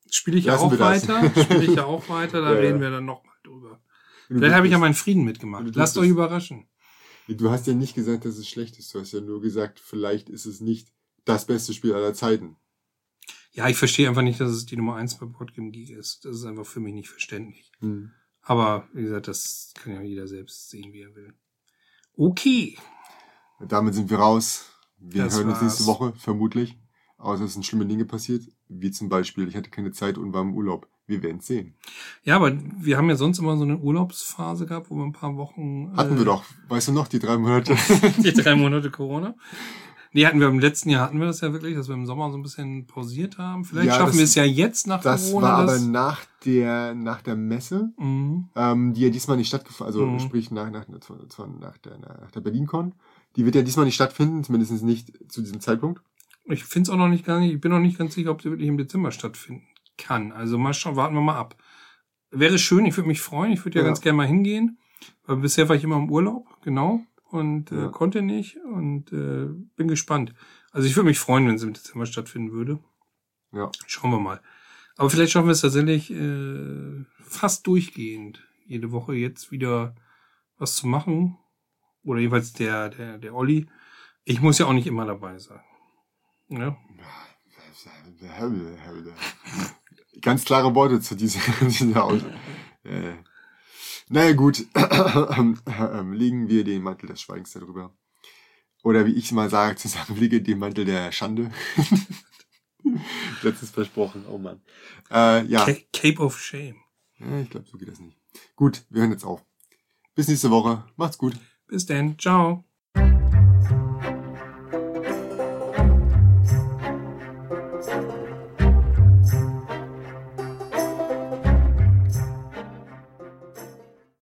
Spiele ich ja auch weiter. Da reden wir dann nochmal drüber. Vielleicht habe ich ja meinen Frieden mitgemacht. Lasst euch überraschen. Du hast ja nicht gesagt, dass es schlecht ist. Du hast ja nur gesagt, vielleicht ist es nicht das beste Spiel aller Zeiten. Ja, ich verstehe einfach nicht, dass es die Nummer 1 bei Boardgame Geek ist. Das ist einfach für mich nicht verständlich. Aber, wie gesagt, das kann ja jeder selbst sehen, wie er will. Okay. Damit sind wir raus. Wir hören uns nächste Woche, vermutlich. Außer es sind schlimme Dinge passiert. Wie zum Beispiel, ich hatte keine Zeit und war im Urlaub. Wir werden es sehen. Ja, aber wir haben ja sonst immer so eine Urlaubsphase gehabt, wo wir ein paar Wochen... Hatten wir doch. Weißt du noch, die 3 Monate? Die 3 Monate Corona. Nee, im letzten Jahr hatten wir das ja wirklich, dass wir im Sommer so ein bisschen pausiert haben. Vielleicht schaffen wir es ja jetzt nach Corona. Das war aber nach der Messe, die ja diesmal nicht stattgefunden, also sprich nach der BerlinCon. Die wird ja diesmal nicht stattfinden, zumindest nicht zu diesem Zeitpunkt. Ich finde es auch noch nicht ich bin noch nicht ganz sicher, ob sie wirklich im Dezember stattfinden kann. Also mal schauen, warten wir mal ab. Wäre schön, ich würde mich freuen, ich würde ja ganz gerne mal hingehen. Weil bisher war ich immer im Urlaub, genau. Und konnte nicht und bin gespannt. Also ich würde mich freuen, wenn es im Dezember stattfinden würde. Ja. Schauen wir mal. Aber vielleicht schaffen wir es tatsächlich fast durchgehend, jede Woche jetzt wieder was zu machen. Oder jeweils der Olli. Ich muss ja auch nicht immer dabei sein. Ja. Ganz klare Worte zu dieser Naja, gut. Legen wir den Mantel des Schweigens darüber. Oder wie ich mal sage, lege den Mantel der Schande. Letztes versprochen, oh Mann. Ja. Cape of Shame. Ja, ich glaube, so geht das nicht. Gut, wir hören jetzt auf. Bis nächste Woche. Macht's gut. Bis dann. Ciao.